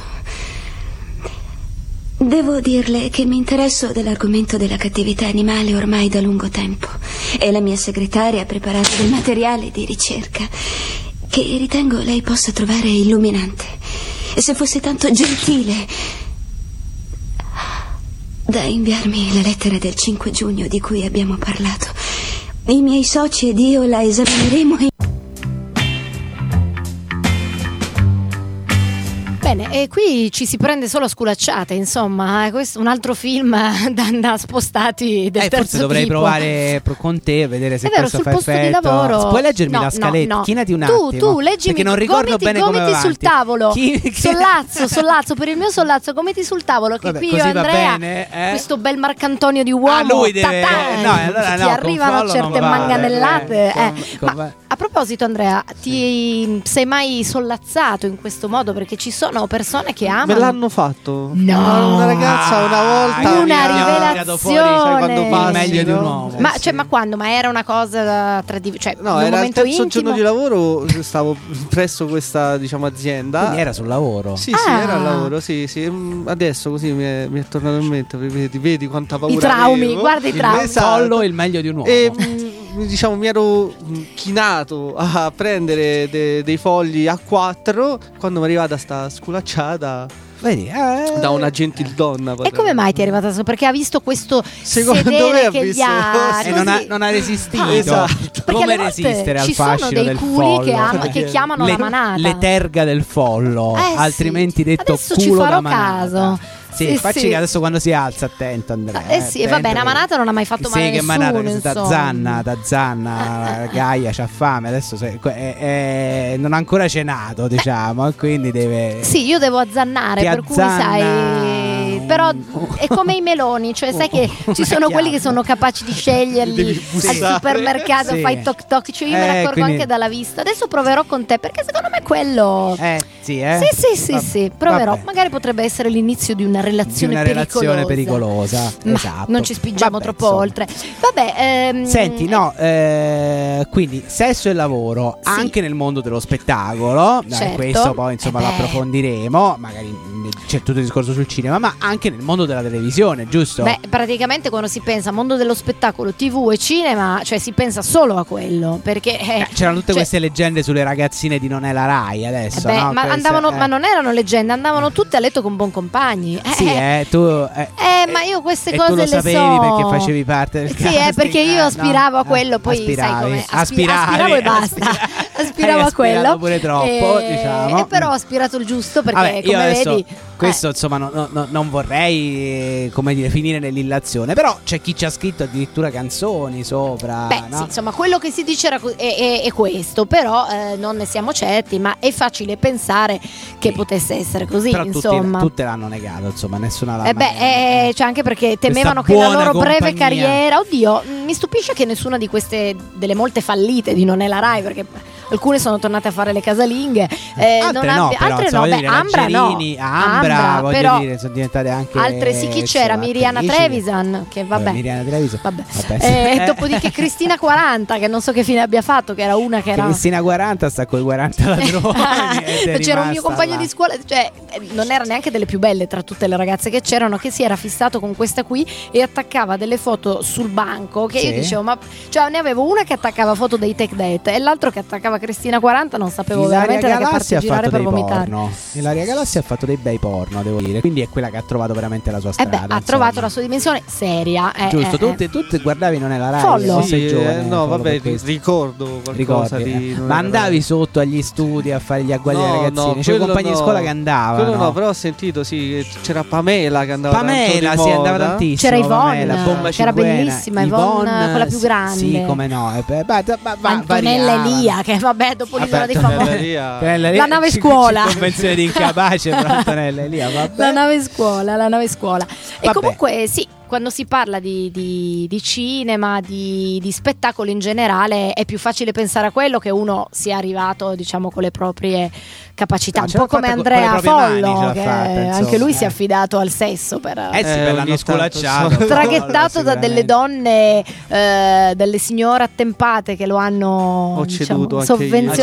Devo dirle che mi interesso dell'argomento della cattività animale ormai da lungo tempo e la mia segretaria ha preparato del materiale di ricerca che ritengo lei possa trovare illuminante. E se fosse tanto gentile da inviarmi la lettera del cinque giugno di cui abbiamo parlato, i miei soci ed io la esamineremo e... Bene, e qui ci si prende solo a sculacciate, insomma, eh, questo è un altro film da, da spostati del Eh, terzo forse dovrei tipo. provare pro- con te a vedere se È vero, questo sul fa posto di effetto. lavoro. Puoi leggermi No, la scaletta? no, no. Chinati un Tu, attimo. tu, leggimi. Perché non ricordo gomiti, bene come gomiti va sul avanti. tavolo. Chi- chi- Sollazzo, sollazzo, per il mio sollazzo, gomiti sul tavolo. Che Vabbè, qui io così e va Andrea, bene, eh? questo bel Marcantonio di uomo, Ah, lui deve- ta-tan, no, allora ti no, con arrivano Follo certe non vale, manganellate. eh, eh. con- con- Ma a proposito, Andrea, ti sei mai sollazzato in questo modo? Perché ci sono persone che amano. Me l'hanno fatto. No. Una ragazza una volta. Una mi ha rivelazione. tirato fuori, sai, quando passi, Il meglio di un no? uomo. Ma, cioè, ma quando? Ma era una cosa tra di, cioè, No, in un era il momento terzo intimo? giorno di lavoro, stavo presso questa, diciamo, azienda. Quindi era sul lavoro. Sì, sì, Ah. era al lavoro, sì, sì. Mm, Adesso così mi è, mi è tornato in mente, vedi, vedi quanta paura I traumi, avevo. guarda i Il traumi. Follo è il meglio di un uomo. E mm, diciamo mi ero mm, chinato a prendere de- dei fogli A quattro quando mi è arrivata sta sculacciata. Vedi, eh, da una gentildonna. E come mai ti è arrivata? Perché ha visto questo Secondo sedere me che ha gli visto- ha e non ha, non ha resistito. Ah, esatto. Perché Come alle volte resistere al ci sono fascino dei del culi follo? che, ama- Perché che chiamano le, la manata. le terga del follo, Eh, sì. altrimenti detto Adesso ci culo farò da manata. caso. Sì, Sì, facci sì. che adesso quando si alza, attento Andrea. Eh sì, e vabbè, una manata non ha mai fatto sì, male a che nessuno, manata, che da insomma. zanna, da zanna, Gaia c'ha fame, adesso se- eh, eh, non ha ancora cenato, diciamo, e quindi deve... Sì, io devo azzannare, Ti per cui azzanna sai, però è come i meloni, cioè sai che ci sono quelli che sono capaci di sceglierli al supermercato, Sì. fai toc toc, cioè io me Eh, ne accorgo quindi- anche dalla vista. Adesso proverò con te, perché secondo me quello... Eh, sì, eh? Sì, sì, sì, Vabbè, sì, proverò. vabbè. Magari potrebbe essere l'inizio di una Di relazione una relazione pericolosa, Ma esatto. non ci spingiamo Vabbè, troppo insomma. oltre. Vabbè, ehm, Senti, no, eh, quindi sesso e lavoro Sì. anche nel mondo dello spettacolo. Dai, Certo. questo poi insomma Eh lo beh. approfondiremo. Magari mh, c'è tutto il discorso sul cinema, ma anche nel mondo della televisione, giusto? Beh, praticamente quando si pensa al mondo dello spettacolo, tivù e cinema, cioè si pensa solo a quello, perché eh, Eh, c'erano tutte cioè, queste leggende sulle ragazzine di Non è la Rai adesso. eh beh, no? ma, Queste- andavano, eh. ma non erano leggende, andavano tutte a letto con Boncompagni. Eh, Sì, eh, tu. Eh, eh, ma io queste e cose tu lo le sapevi so. perché facevi parte del Sì, casting, eh, perché io eh, no? aspiravo a quello, Eh, poi sai aspiravi, come aspiravi, aspiravo e basta. Aspiravo Hai a quello. aspirato pure troppo, e, diciamo. e però ho aspirato il giusto perché Vabbè, io come adesso vedi questo insomma no- no- no- non vorrei eh, come dire finire nell'illazione, però c'è chi ci ha scritto addirittura canzoni sopra. Beh, no? sì, insomma, quello che si dice era co- è, è- è questo, però eh, non ne siamo certi, ma è facile pensare che potesse essere così, Però tutti, insomma. tutte l'hanno negato, insomma, nessuna l'ha Eh mai- beh, eh, cioè anche perché temevano che Questa la buona loro breve compagnia. carriera. Oddio, mh, mi stupisce che nessuna di queste, delle molte fallite di Non è la Rai, perché alcune sono tornate a fare le casalinghe, eh, altre non no, abbia- però, altre insomma, no, voglio beh, dire, Ambra no, Langerini, Ambra, voglio però dire, sono diventate anche altre sì, chi c'era? insomma, Miriana attrici. Trevisan, che vabbè. Vabbè, Miriana Trevisan. Vabbè. Vabbè, sì. Eh, Eh. dopodiché Cristina quaranta, che non so che fine abbia fatto, che era una che era Cristina quaranta sta con i quaranta ladroni. ed è c'era un mio rimasta compagno là. di scuola, cioè eh, non era neanche delle più belle tra tutte le ragazze che c'erano, che si era fissato con questa qui e attaccava delle foto sul banco, che Sì. io dicevo, ma cioè ne avevo una che attaccava foto dei Tech Dead e l'altro che attaccava Cristina quaranta, non sapevo Ilaria veramente da che Galassi parte ha girare fatto per dei vomitare. porno. Ilaria Galassi ha fatto dei bei porno, devo dire. Quindi è quella che ha trovato veramente la sua Eh strada. beh, ha insomma. trovato la sua dimensione seria. eh, Giusto, eh, tutte, tutte guardavi Non è la Rai. Follo. che sei Sì, giovane, eh, no, solo vabbè, per questo. ricordo qualcosa Ricordi, di eh. Non Ma è la andavi Rai. sotto agli studi a fare gli agguagli ai No, ragazzini? no, C'è quello compagni no. di scuola che andavano. Quello no, però ho sentito, sì, che c'era Pamela che andava Pamela tanto si di andava moda. tantissimo. C'era Yvonne, Pamela, bomba che era cinquena. bellissima, Yvonne, quella più sì, grande. Sì, come no. eh, beh, beh, beh, va- Antonella variava. Elia, che vabbè, dopo l'isola Vabbè, dei Antonella famosi. Elia. Antonella Elia, La nave ci- scuola. ci- Convenzione di incapace per Antonella Elia, vabbè. La nave scuola, la nave scuola. E Vabbè. comunque sì, quando si parla di, di- di cinema, di, di spettacolo in generale, è più facile pensare a quello che uno sia arrivato, diciamo, con le proprie capacità. No, un ce po' l'ha come fatta con- con Andrea le proprie mani, Follo, ce l'ha che fatta, insomma. anche lui si è Eh. affidato al sesso per... Eh sì, Eh, per l'hanno ogni tanto sculacciato. so- traghettato da delle sicuramente. donne, eh, delle signore attempate che lo hanno Ho diciamo, ceduto anche io.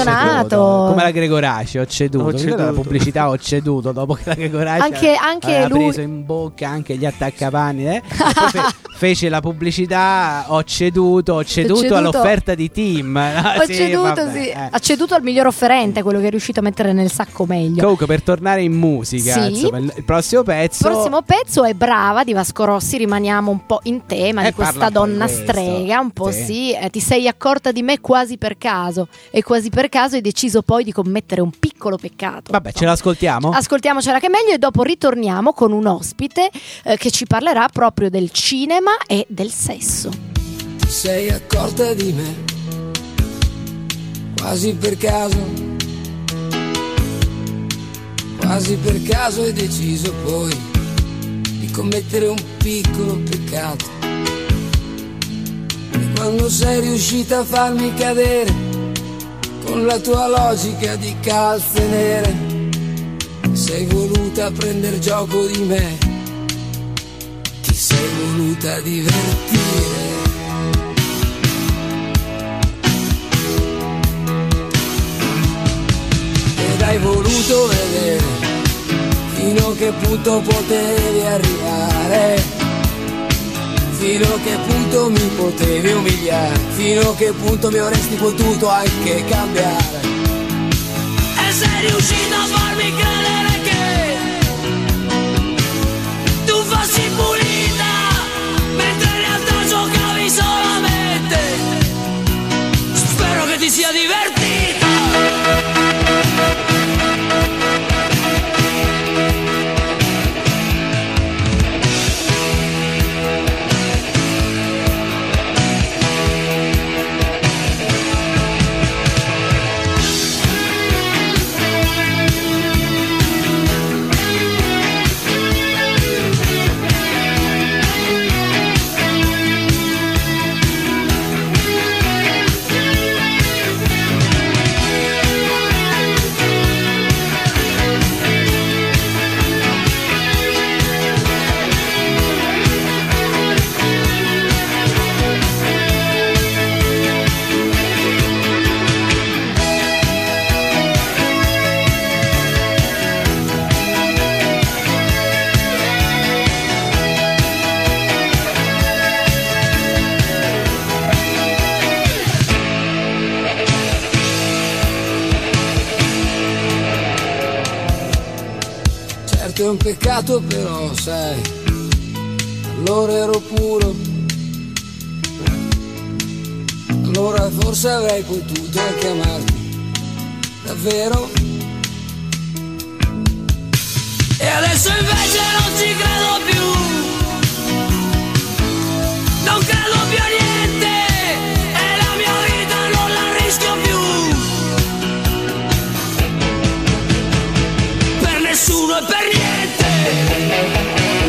Ho sovvenzionato. ceduto. Come la Gregoraci, ho ceduto. Ho Ho ceduto. La ceduto. pubblicità ho ceduto dopo che la Gregoraci Anche- anche aveva lui- preso in bocca anche gli attaccapanni. Eh? E poi fe- fece la pubblicità, ho ceduto, ho ceduto, ceduto. all'offerta di Tim. Ho Sì, ceduto, vabbè, sì. eh. Ha ceduto al miglior offerente, quello che è riuscito a mettere nel sacco meglio. Comunque, per tornare in musica, Sì. insomma, il, il prossimo pezzo. Il prossimo pezzo è Brava di Vasco Rossi, rimaniamo un po' in tema Eh, di questa parla un po' di donna questo. strega, un po' Sì. sì, eh, ti sei accorta di me quasi per caso e quasi per caso hai deciso poi di commettere un piccolo peccato. Vabbè, ce l'ascoltiamo? Ascoltiamocela che è meglio e dopo ritorniamo con un ospite eh, che ci parlerà proprio del cinema e del sesso. Ti sei accorta di me quasi per caso, quasi per caso hai deciso poi di commettere un piccolo peccato. E quando sei riuscita a farmi cadere con la tua logica di calze nere, sei voluta prendere gioco di me, ti sei voluta divertire. Ed hai voluto vedere fino a che punto potevi arrivare, fino a che punto mi potevi umiliare, fino a che punto mi avresti potuto anche cambiare. E sei riuscito a farmi credere che tutto è un peccato, però sai, allora ero puro. Allora forse avrei potuto anche amarti davvero. E adesso invece non ci credo più, non credo più a niente, e la mia vita non la rischio più, per nessuno e per niente.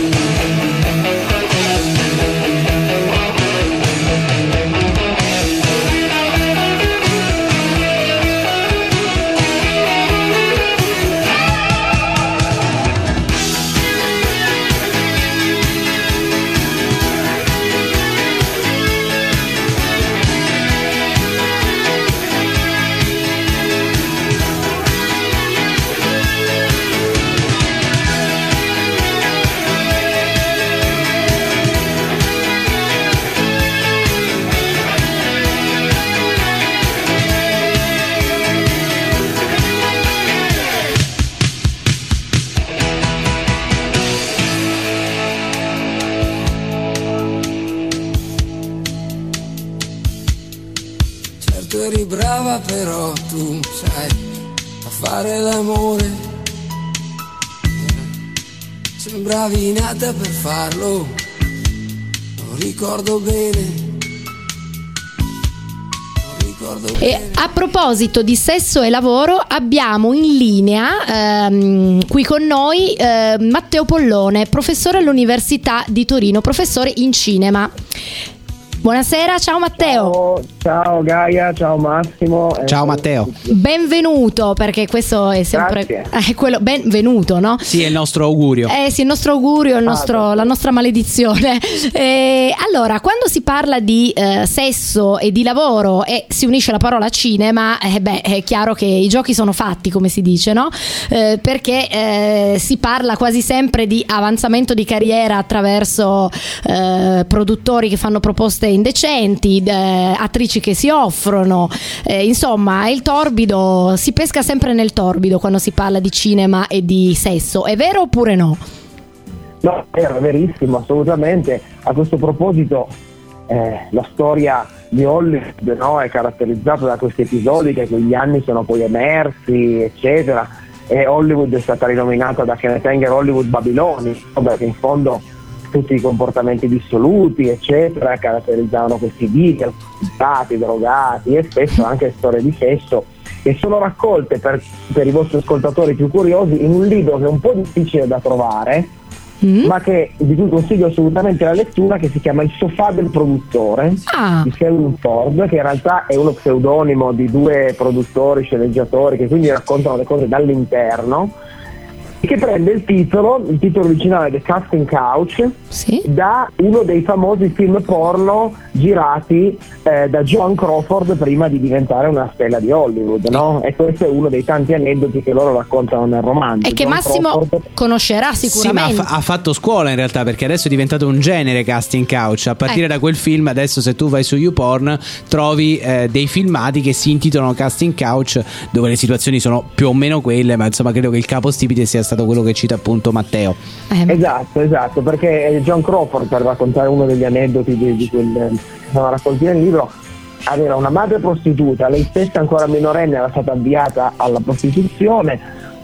Eri brava però tu sai a fare l'amore, sembravi nata per farlo, lo ricordo bene. E a proposito di sesso e lavoro, abbiamo in linea ehm, qui con noi eh, Matteo Pollone, professore all'Università di Torino, professore in cinema. Buonasera, ciao Matteo. Ciao, ciao Gaia, ciao Massimo. Ciao Matteo. Benvenuto, perché questo è sempre eh, quello, benvenuto, no? Sì, è il nostro augurio. Eh sì, il nostro augurio, il nostro, ah, la nostra maledizione. Eh, allora, quando si parla di eh, sesso e di lavoro e si unisce la parola cinema, eh, beh, è chiaro che i giochi sono fatti, come si dice, no? Eh, perché eh, si parla quasi sempre di avanzamento di carriera attraverso eh, produttori che fanno proposte indecenti, eh, attrici che si offrono, eh, insomma il torbido, si pesca sempre nel torbido quando si parla di cinema e di sesso, è vero oppure no? No, è verissimo, assolutamente. A questo proposito eh, la storia di Hollywood, no, è caratterizzata da questi episodi che quegli anni sono poi emersi, eccetera, e Hollywood è stata rinominata da Kenneth Anger Hollywood Babiloni, perché in fondo tutti i comportamenti dissoluti, eccetera, caratterizzavano questi geek, alcolizzati, drogati e spesso anche storie di sesso, che sono raccolte per, per i vostri ascoltatori più curiosi in un libro che è un po' difficile da trovare, mm. ma che di cui consiglio assolutamente la lettura, che si chiama Il sofà del produttore, ah. di Selwyn Ford, che in realtà è uno pseudonimo di due produttori, sceneggiatori, che quindi raccontano le cose dall'interno, che prende il titolo, il titolo originale The Casting Couch, sì? da uno dei famosi film porno girati eh, da Joan Crawford prima di diventare una stella di Hollywood, no? E questo è uno dei tanti aneddoti che loro raccontano nel romanzo. E che Joan Massimo Crawford... conoscerà sicuramente. Sì, ma ha, fa- ha fatto scuola in realtà, perché adesso è diventato un genere Casting Couch. A partire eh. da quel film, adesso se tu vai su YouPorn trovi eh, dei filmati che si intitolano Casting Couch, dove le situazioni sono più o meno quelle, ma insomma credo che il capostipite sia stato quello che cita appunto Matteo. Eh. Esatto, esatto, perché Joan Crawford, per raccontare uno degli aneddoti di, di quel che sono raccolti nel libro, aveva una madre prostituta, lei stessa ancora minorenne era stata avviata alla prostituzione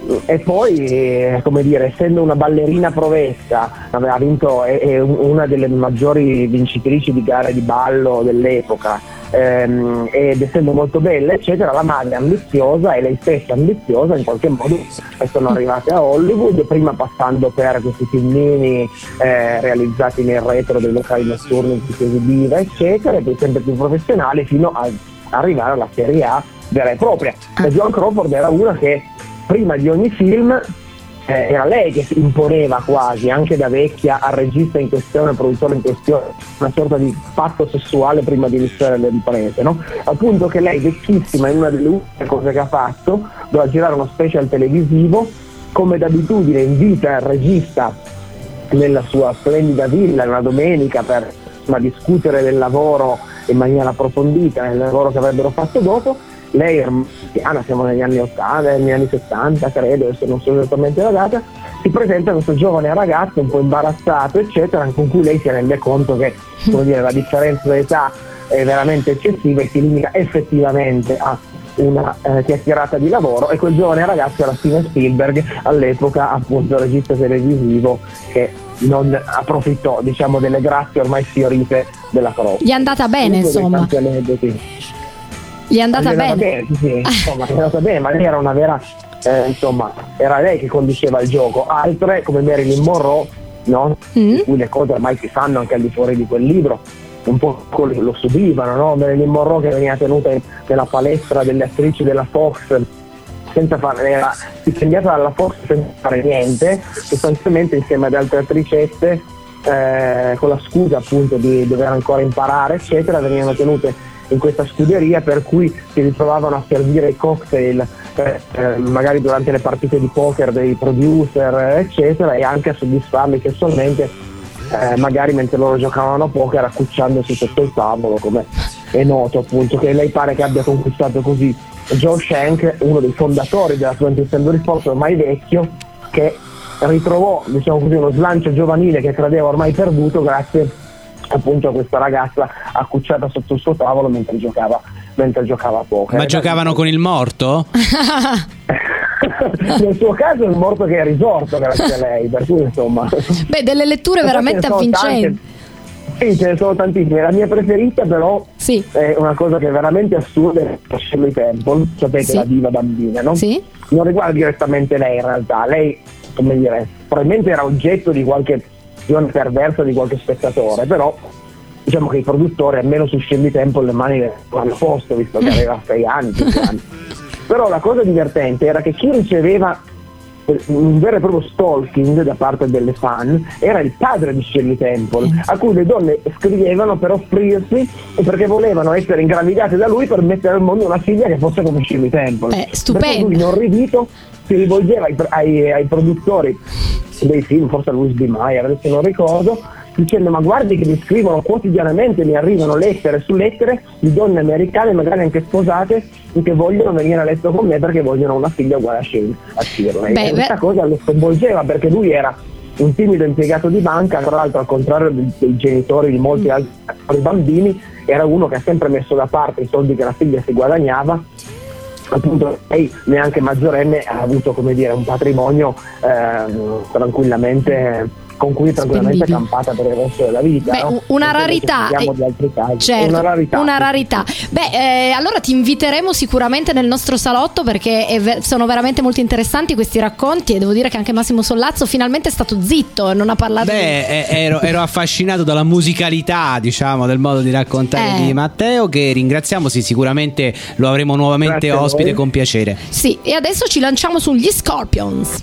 e poi, eh, come dire, essendo una ballerina provesta, aveva vinto, è, è una delle maggiori vincitrici di gare di ballo dell'epoca, ehm, ed essendo molto bella eccetera, la madre ambiziosa e lei stessa ambiziosa in qualche modo sono arrivate a Hollywood, prima passando per questi filmini eh, realizzati nel retro dei locali notturni in cui si esibiva eccetera, e poi sempre più professionali fino a arrivare alla serie A vera e propria. E Joan Crawford era una che prima di ogni film eh, era lei che si imponeva quasi, anche da vecchia, al regista in questione, al produttore in questione, una sorta di patto sessuale prima di iniziare le riprese, no? Al punto che lei, vecchissima, in una delle ultime cose che ha fatto, doveva girare uno special televisivo, come d'abitudine invita il regista nella sua splendida villa una domenica per ma, discutere del lavoro in maniera approfondita, del lavoro che avrebbero fatto dopo, lei era anziana, siamo negli anni ottanta, negli anni settanta credo, adesso non so esattamente la data, si presenta questo giovane ragazzo un po' imbarazzato eccetera, con cui lei si rende conto che, come dire, la differenza d'età è veramente eccessiva e si limita effettivamente a una eh, chiacchierata di lavoro, e quel giovane ragazzo era Steven Spielberg, all'epoca appunto regista televisivo che non approfittò, diciamo, delle grazie ormai sfiorite della Croce. Gli è andata bene, insomma. Gli è andata Gli è bene. bene, sì, sì, insomma, gli è andata bene, ma lei era una vera, eh, insomma, era lei che conduceva il gioco. Altre, come Marilyn Monroe, no? Mm. Di cui le cose ormai si sanno anche al di fuori di quel libro, un po' lo subivano, no? Marilyn Monroe che veniva tenuta in, nella palestra delle attrici della Fox, senza fare, era stipendiata dalla Fox senza fare niente, sostanzialmente insieme ad altre attricette, eh, con la scusa appunto di dover ancora imparare eccetera, venivano tenute in questa scuderia, per cui si ritrovavano a servire i cocktail eh, eh, magari durante le partite di poker dei producer eccetera, e anche a soddisfarli sessualmente eh, magari mentre loro giocavano a poker accucciandosi sotto il tavolo, come è noto appunto, che lei pare che abbia conquistato così Joe Shank, uno dei fondatori della twentieth Century Fox, ormai vecchio, che ritrovò, diciamo così, uno slancio giovanile che credeva ormai perduto grazie appunto a questa ragazza accucciata sotto il suo tavolo mentre giocava mentre giocava a poker. Ma giocavano con il morto? Nel suo caso è il morto che è risorto grazie a lei, per cui insomma. Beh, delle letture veramente avvincenti. Sì, ce ne sono tantissime. La mia preferita però sì. è una cosa che è veramente assurda, è Shirley Temple, sapete, sì. la diva bambina, no? Sì. Non riguarda direttamente lei in realtà, lei, come dire, probabilmente era oggetto di qualche visione perversa di qualche spettatore, però diciamo che i produttori almeno su Shirley Temple le mani le hanno posto, visto che aveva sei anni, cinque anni. Però la cosa divertente era che chi riceveva un vero e proprio stalking da parte delle fan era il padre di Shirley Temple, a cui le donne scrivevano per offrirsi e perché volevano essere ingravidate da lui per mettere al mondo una figlia che fosse come Shirley Temple. Eh, stupendo. Perché lui, inorridito, si rivolgeva ai, ai, ai produttori dei film, forse a Louis B. Mayer, adesso non ricordo, dicendo: ma guardi che mi scrivono quotidianamente, mi arrivano lettere su lettere di donne americane, magari anche sposate, che vogliono venire a letto con me perché vogliono una figlia uguale a Shirley, a Shirley. E questa cosa lo sconvolgeva, perché lui era un timido impiegato di banca, tra l'altro al contrario dei, dei genitori di molti altri bambini, era uno che ha sempre messo da parte i soldi che la figlia si guadagnava. Appunto lei, neanche maggiorenne, ha avuto, come dire, un patrimonio eh, tranquillamente, con cui tranquillamente è campata per il resto della vita. Beh, no? una rarità, di altri casi. Certo, una rarità, una sì. rarità. Beh, eh, allora ti inviteremo sicuramente nel nostro salotto, perché è ver- sono veramente molto interessanti questi racconti, e devo dire che anche Massimo Sollazzo finalmente è stato zitto, non ha parlato. Beh, di... ero, ero affascinato dalla musicalità, diciamo, del modo di raccontare eh. di Matteo, che ringraziamo, sì, sicuramente lo avremo nuovamente Grazie ospite con piacere. Sì, e adesso ci lanciamo sugli Scorpions.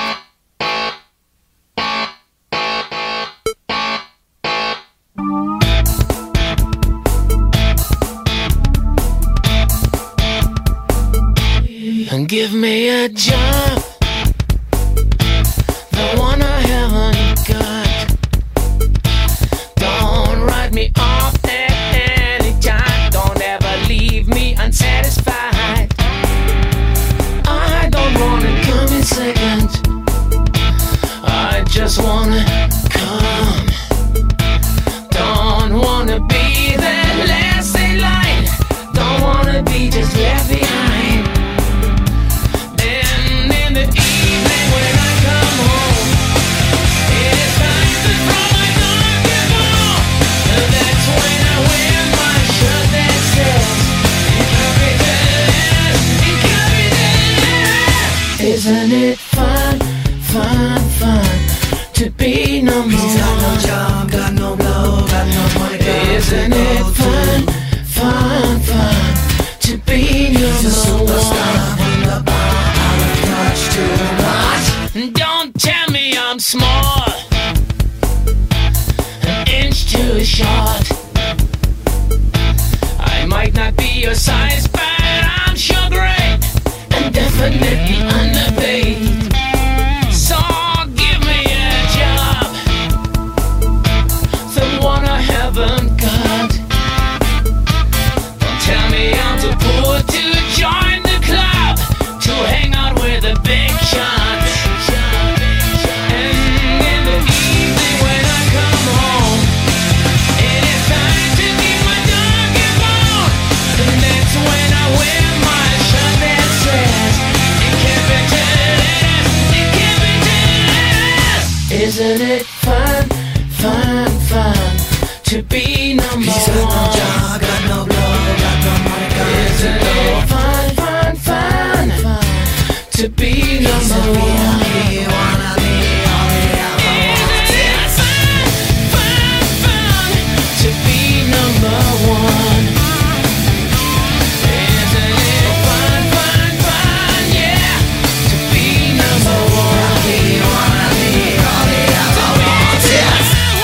Give me a job, the one I haven't got. Don't write me off at any time. Don't ever leave me unsatisfied. I don't wanna come in second, I just wanna come. Don't wanna be the last in line. Don't wanna be just left behind. Isn't it fun, fun, fun to be number one? Got no job, got no blow, got no money. Isn't it fun, fun, fun to be number one? In the bar, I don't touch too much. Don't tell me I'm small, an inch too short. I might not be your size, but I'm sure great and definitely underpaid. So give me a job, the one I haven't got. Don't tell me I'm too poor to Isn't it fun, fun, fun to be number one? Got no blow, got no money, got Isn't it fun, fun, fun, fun to be number one? Wanna be all the other ones. It's fun, fun, fun to be number one. Isn't it fun, fun, fun, yeah, to be number one? Wanna be all the other ones. Yes.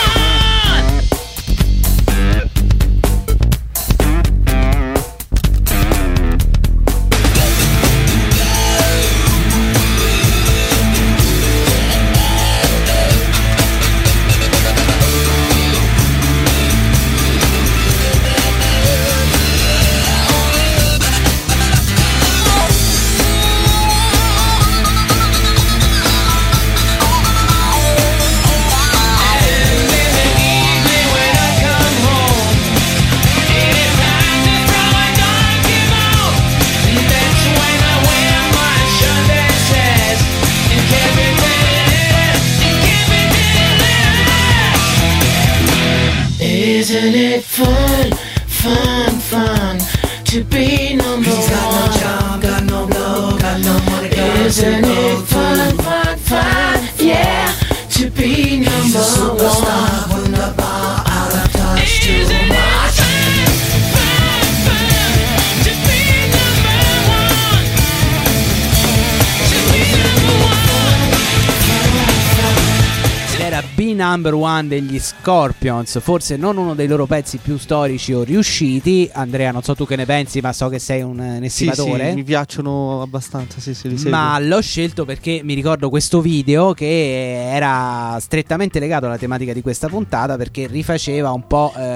Isn't it fun, fun, fun to be number He's got one? No job, got no blow, got no money, got Isn't it fun, fun, fun, yeah, to be number He's a superstar, one. Putting the bar out of touch too much. Era Be Number One degli Scorpions, forse non uno dei loro pezzi più storici o riusciti. Andrea, non so tu che ne pensi, ma so che sei un, un estimatore. Sì, sì, mi piacciono abbastanza, sì, sì, li seguo. Ma l'ho scelto perché mi ricordo questo video che era strettamente legato alla tematica di questa puntata, perché rifaceva un po' eh,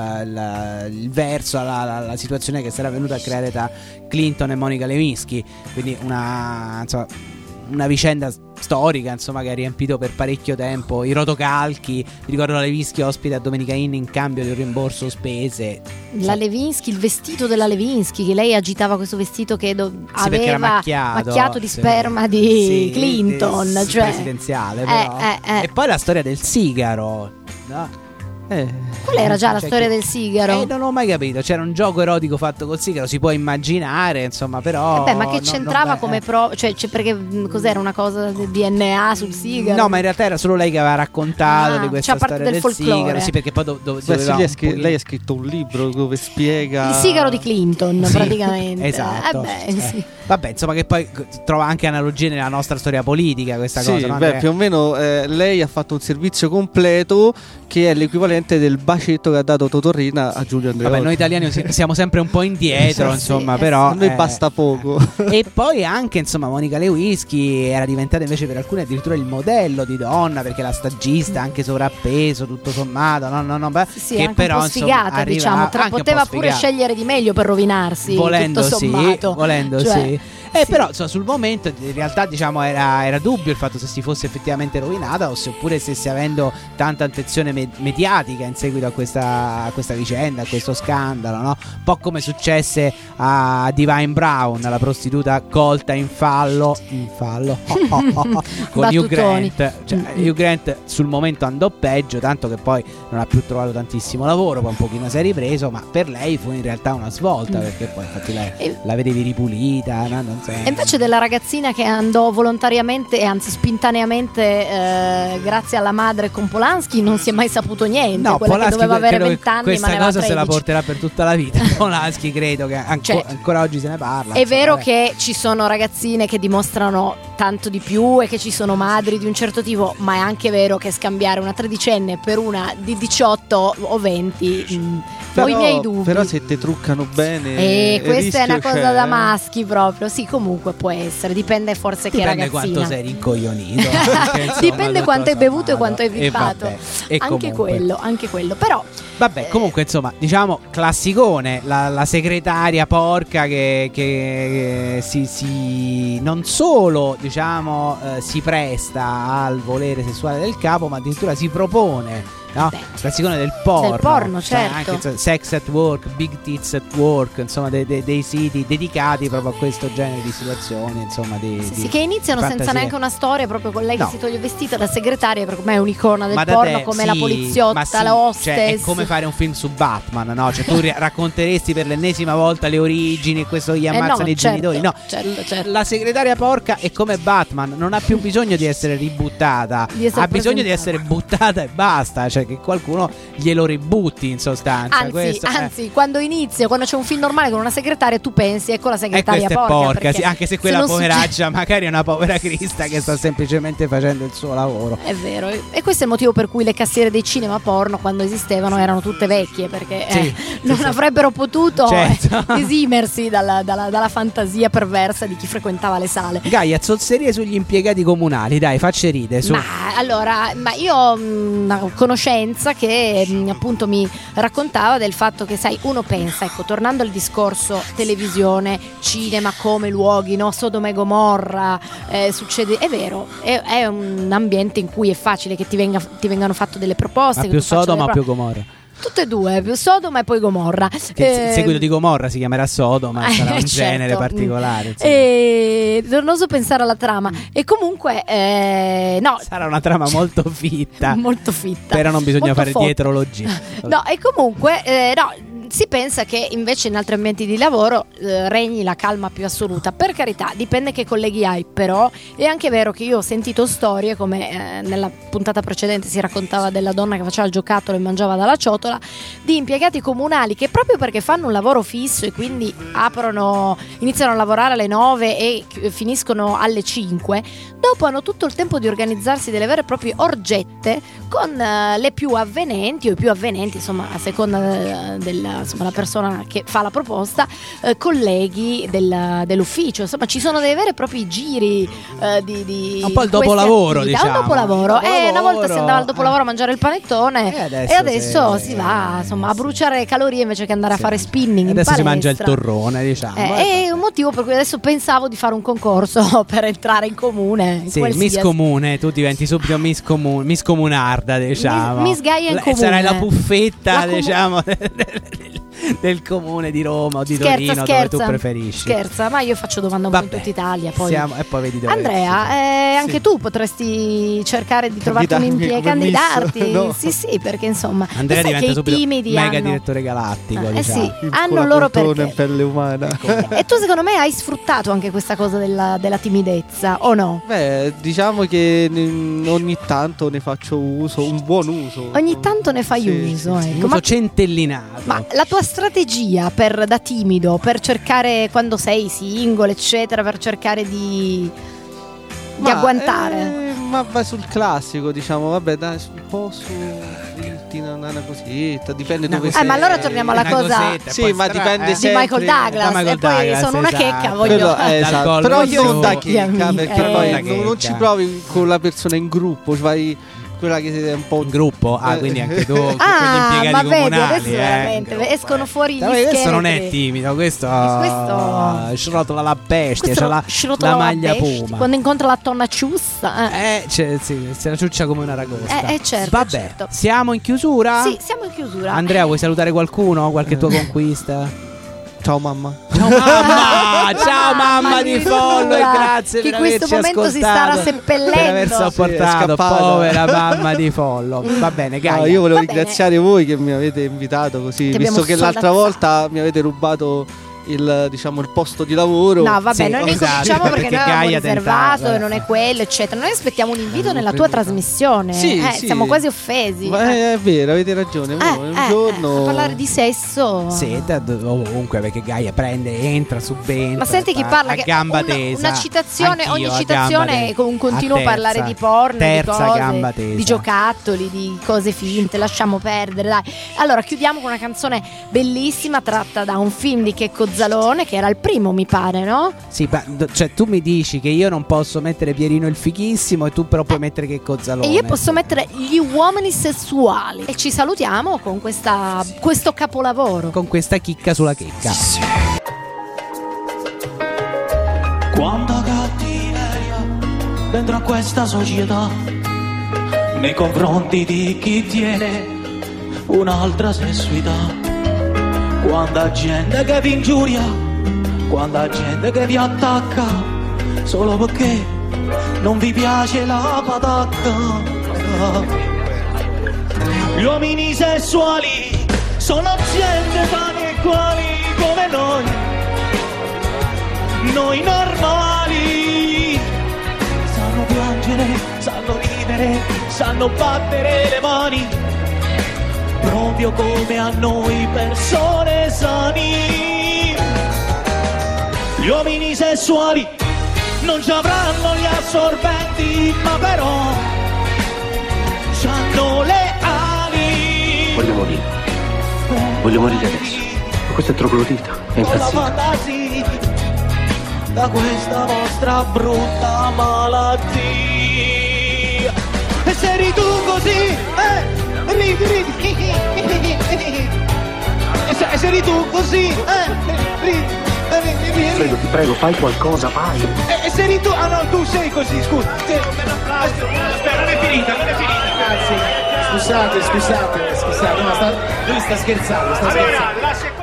la, il verso alla, alla situazione che si era venuta a creare tra Clinton e Monica Lewinsky. Quindi una, insomma, una vicenda storica, insomma, che ha riempito per parecchio tempo i rotocalchi. Mi ricordo la Lewinsky ospite a Domenica Inn in cambio di un rimborso spese. La Lewinsky, il vestito della Lewinsky, che lei agitava questo vestito che do- sì, aveva macchiato, macchiato di sì. sperma di sì, Clinton, di, cioè presidenziale, eh, però. eh, eh. E poi la storia del sigaro, no? Eh. Qual era già la Cioè storia che- del sigaro? Eh, non ho mai capito. C'era un gioco erotico fatto col sigaro, si può immaginare, insomma, però. Eh beh, ma che non- c'entrava non- come eh. pro? Cioè, cioè, perché mh, cos'era una cosa del D N A sul sigaro? No, ma in realtà era solo lei che aveva raccontato Ah, di questa cioè, parte storia del del, folklore. sigaro. Sì, perché poi do- do- Beh, sì, doveva lei, ha un scri- pochino- lei ha scritto un libro dove spiega Il sigaro di Clinton, Sì, praticamente. esatto. Eh beh, sì. Vabbè, insomma, che poi c- trova anche analogie nella nostra storia politica questa Sì, cosa, no? beh, Andrea? più o meno eh, lei ha fatto un servizio completo che è l'equivalente del bacetto che ha dato Totorrina a Giulio Andreotti. Vabbè, noi italiani si- siamo sempre un po' indietro, Sì, insomma, sì, però a noi eh, basta poco. E poi anche, insomma, Monica Lewinsky era diventata invece per alcuni addirittura il modello di donna, perché la stagista, anche sovrappeso, tutto sommato, no, no, no, beh, Sì, che anche però un po' insomma, sfigata, arriva- diciamo. Tra- anche un poteva po' pure sfigata. scegliere di meglio per rovinarsi, Volendo tutto sì, sommato. volendo Cioè, sì. Eh, però insomma, sul momento in realtà diciamo era, era dubbio il fatto se si fosse effettivamente rovinata o se oppure stesse avendo tanta attenzione me- mediatica in seguito a questa, a questa vicenda, a questo scandalo, no? Un po' come successe a Divine Brown, la prostituta colta in fallo, in fallo con Hugh Battutoni. Grant. Cioè, Hugh Grant sul momento andò peggio, tanto che poi non ha più trovato tantissimo lavoro, poi un pochino si è ripreso, ma per lei fu in realtà una svolta, Mm. perché poi infatti lei E- la vedevi ripulita, no? Non so. E invece della ragazzina che andò volontariamente e anzi spintaneamente eh, grazie alla madre con Polanski non si è mai saputo niente. No, Quella Polanski che doveva avere credo che venti anni questa ma ne aveva cosa se la tredici. porterà per tutta la vita. Polanski credo che anco- Cioè, ancora oggi se ne parla. È insomma, vero vabbè. che ci sono ragazzine che dimostrano tanto di più e che ci sono madri di un certo tipo, ma è anche vero che scambiare una tredicenne per una di diciotto o venti mh, ho i miei dubbi. Però se te truccano bene E il questa è una rischio cosa c'è, da eh. maschi proprio. Sì, comunque può essere, dipende forse Dipende che ragazzina. quanto sei rincoglionito. Perché, insomma, Dipende tutto quanto hai bevuto e sommato. quanto hai E pippato. vabbè, e Anche comunque. quello, anche quello. Però Vabbè, comunque insomma, diciamo classicone, la, la segretaria porca che, che si, si non solo diciamo eh, si presta al volere sessuale del capo, ma addirittura si propone no? Beh, classicone del porno, del porno, cioè, certo. anche insomma, Sex at Work, Big Tits at Work, insomma dei, dei, dei siti dedicati proprio a questo genere di situazioni, insomma di, sì, di sì, che iniziano fantasie. senza neanche una storia, proprio con lei No. che si toglie vestita da segretaria, per me è un'icona del Ma da porno, te, come sì, la poliziotta, ma sì, la hostess. cioè, è come fare un film su Batman, no? Cioè tu ri- racconteresti per l'ennesima volta le origini e questo gli Eh no, ammazzano i certo, genitori. No, certo, certo. la segretaria porca è come Batman, non ha più bisogno di essere ributtata, Di essere ha bisogno di presentata. essere buttata e basta, cioè che qualcuno glielo ributti in sostanza. Anzi, Questo, eh. anzi, quando inizia, quando c'è un film normale con una segretaria, tu pensi, ecco la E segretaria questa è porca. porca, perché sì, anche se quella non poveraccia succede- magari è una povera crista che sta semplicemente facendo il suo lavoro. È vero, e questo è il motivo per cui le cassiere dei cinema porno, quando esistevano, erano tutte vecchie, perché Sì, eh, sì, non sì. avrebbero potuto Certo. eh, esimersi dalla, dalla- dalla fantasia perversa di chi frequentava le sale. Gaia, zozzerie sugli impiegati comunali, dai, facci ride su. Ma allora, ma io ho mh, una conoscenza che mh, appunto mi raccontava del fatto che, sai, uno pensa, ecco, tornando al discorso televisione, cinema come luoghi, no? Sodoma e Gomorra, eh, succede, è vero, è, è un ambiente in cui è facile che ti, venga, ti vengano fatte delle proposte. Ma che più tu faccia Sodoma o delle più pro- Gomorra? Tutte e due, più Sodoma e poi Gomorra. Che il Eh, seguito di Gomorra si chiamerà Sodoma, eh, sarà un certo. genere particolare. insomma. E non oso pensare alla trama. E comunque, eh, no, Sarà una trama molto fitta. molto fitta. Però non bisogna Molto fare forte. dietrologia. No, e comunque, eh, no, si pensa che invece in altri ambienti di lavoro eh, regni la calma più assoluta. Per carità, dipende che colleghi hai, però è anche vero che io ho sentito storie, come eh, nella puntata precedente si raccontava della donna che faceva il giocattolo e mangiava dalla ciotola, di impiegati comunali che proprio perché fanno un lavoro fisso e quindi aprono, iniziano a lavorare alle nove e chi- finiscono alle cinque, dopo hanno tutto il tempo di organizzarsi delle vere e proprie orgette con eh, le più avvenenti o i più avvenenti, insomma, a seconda eh, della insomma, la persona che fa la proposta, eh, colleghi del- dell'ufficio. Insomma, ci sono dei veri e propri giri eh, di, di Un po' il di queste dopolavoro, attività. diciamo. Un dopolavoro. Il dopolavoro, Eh, una volta si andava al dopolavoro a mangiare il panettone E adesso e adesso se- si va insomma a bruciare calorie invece che andare a fare spinning in Adesso si palestra. mangia il torrone, diciamo. Eh, è un motivo per cui adesso pensavo di fare un concorso per entrare in comune. in Sì, qualsiasi- Miss Comune, tu diventi subito Miss, comu- Miss Comunarda, diciamo. Miss Gaia in La- comune. Sarai la puffetta, La comu- diciamo, del, del comune di Roma o di Scherza, Torino, scherza. dove tu preferisci. Scherza, ma io faccio domanda un po' in tutta Italia. Poi. Siamo- e poi vedi dove. Andrea, eh, anche Sì. tu potresti cercare di trovarti un Candidarmi impiego, come Miss, candidarti. no. Sì, sì, perché insomma, Andrea sai che diventa i subito timidi mega hanno direttore galattico. Eh, diciamo. sì, hanno il loro perché. in pelle umana. E tu secondo me hai sfruttato anche questa cosa della, della timidezza, o no? Beh, diciamo che ne- ogni tanto ne faccio uso, un buon uso. Ogni tanto ne fai Sì, uso, sì, ecco. Uso Ma, centellinato. ma la tua strategia per, da timido, per cercare quando sei single, eccetera, per cercare di, di Ma, agguantare? eh, ma vai sul classico, diciamo, vabbè, dai, un po' su dirti una, una cosetta, dipende dove Eh, sei. ma allora torniamo alla Una cosa cosetta, Sì, poi ma stra- dipende eh. di sempre Michael Douglas, Da Michael e poi Douglas, sono una esatto. checca, voglio Quello, eh, Dal esatto. collo Però giù. non da Gli chicca, amici, perché eh. poi Da non, non chicca. ci provi con la persona in gruppo, ci fai quella che è un po' In gruppo, ah, Eh. quindi anche tu con Ah, quegli ma impiegati vedi, comunali. adesso eh. veramente escono fuori gli Dai, questo scheletri. non è timido, questo, questo- scirotola la bestia, Questo c'ha la, scirotola la la maglia bestia, puma. quando incontra la tonna ciussa. Eh. Eh, cioè, sì, se la ciuccia come una ragosta. Eh, eh, certo, Vabbè, certo. siamo in chiusura? Sì, siamo in chiusura. Andrea, vuoi salutare qualcuno? Qualche tua conquista? ciao mamma. Ciao mamma, ciao mamma di follo e grazie che per in questo averci momento si ascoltato, starà seppellendo. per aver Sì, sopportato, è scappata. povera mamma di follo. Va bene, Gaia. No, io volevo Va bene. ringraziare voi che mi avete invitato così, Ti visto abbiamo che l'altra soldazzato. volta mi avete rubato il, diciamo, il posto di lavoro. No, vabbè, Sì, noi ne esatto, cominciamo perché, perché noi avevamo Gaia riservato tentava. e non è quello, eccetera. Noi aspettiamo un invito Eh, nella non tua credo. trasmissione. Sì, eh, sì. Siamo quasi offesi. Ma Eh, è, è vero, avete ragione. mo, eh, un eh, giorno a parlare di sesso. Sì, da- ovunque, perché Gaia prende, entra, subentra. Ma senti chi fa- parla a che gamba una, tesa. una citazione, Anch'io, ogni a gamba citazione tesa. con un continuo A terza, parlare di porno, terza di gamba cose, tesa. di giocattoli, di cose finte, lasciamo perdere, dai. Allora, chiudiamo con una canzone bellissima tratta da un film di Checco Zalone, che era il primo, mi pare, no? Sì, ma d- cioè tu mi dici che io non posso mettere Pierino il fighissimo e tu però puoi mettere che Cozzalone. E io posso mettere gli uomini sessuali. E ci salutiamo con questa, questo capolavoro. con questa chicca sulla chicca. Quanta cattiveria dentro a questa società. nei confronti di chi tiene un'altra sessualità. Quanta gente che vi ingiuria, quanta gente che vi attacca, solo perché non vi piace la patacca. Gli uomini sessuali sono gente tali e quali come noi, noi normali. Sanno piangere, sanno ridere, sanno battere le mani, proprio come a noi persone sani. Gli uomini sessuali non ci avranno gli assorbenti, ma però c'hanno le ali. Voglio morire, voglio morire adesso. Ma questo è troglodita, è impazzito. Da questa vostra brutta malattia. E se ridi tu così, eh, ridi, ridi. E se, e se ridi tu così, eh, ridi, ridi, ridi. Prego, ti prego, fai qualcosa, vai. E, e se ridi tu, ah no, tu sei così, scusa. Aspetta, non è finita, non è finita. Ragazzi, scusate, scusate, scusate, no, sta, lui sta scherzando, sta allora, scherzando. La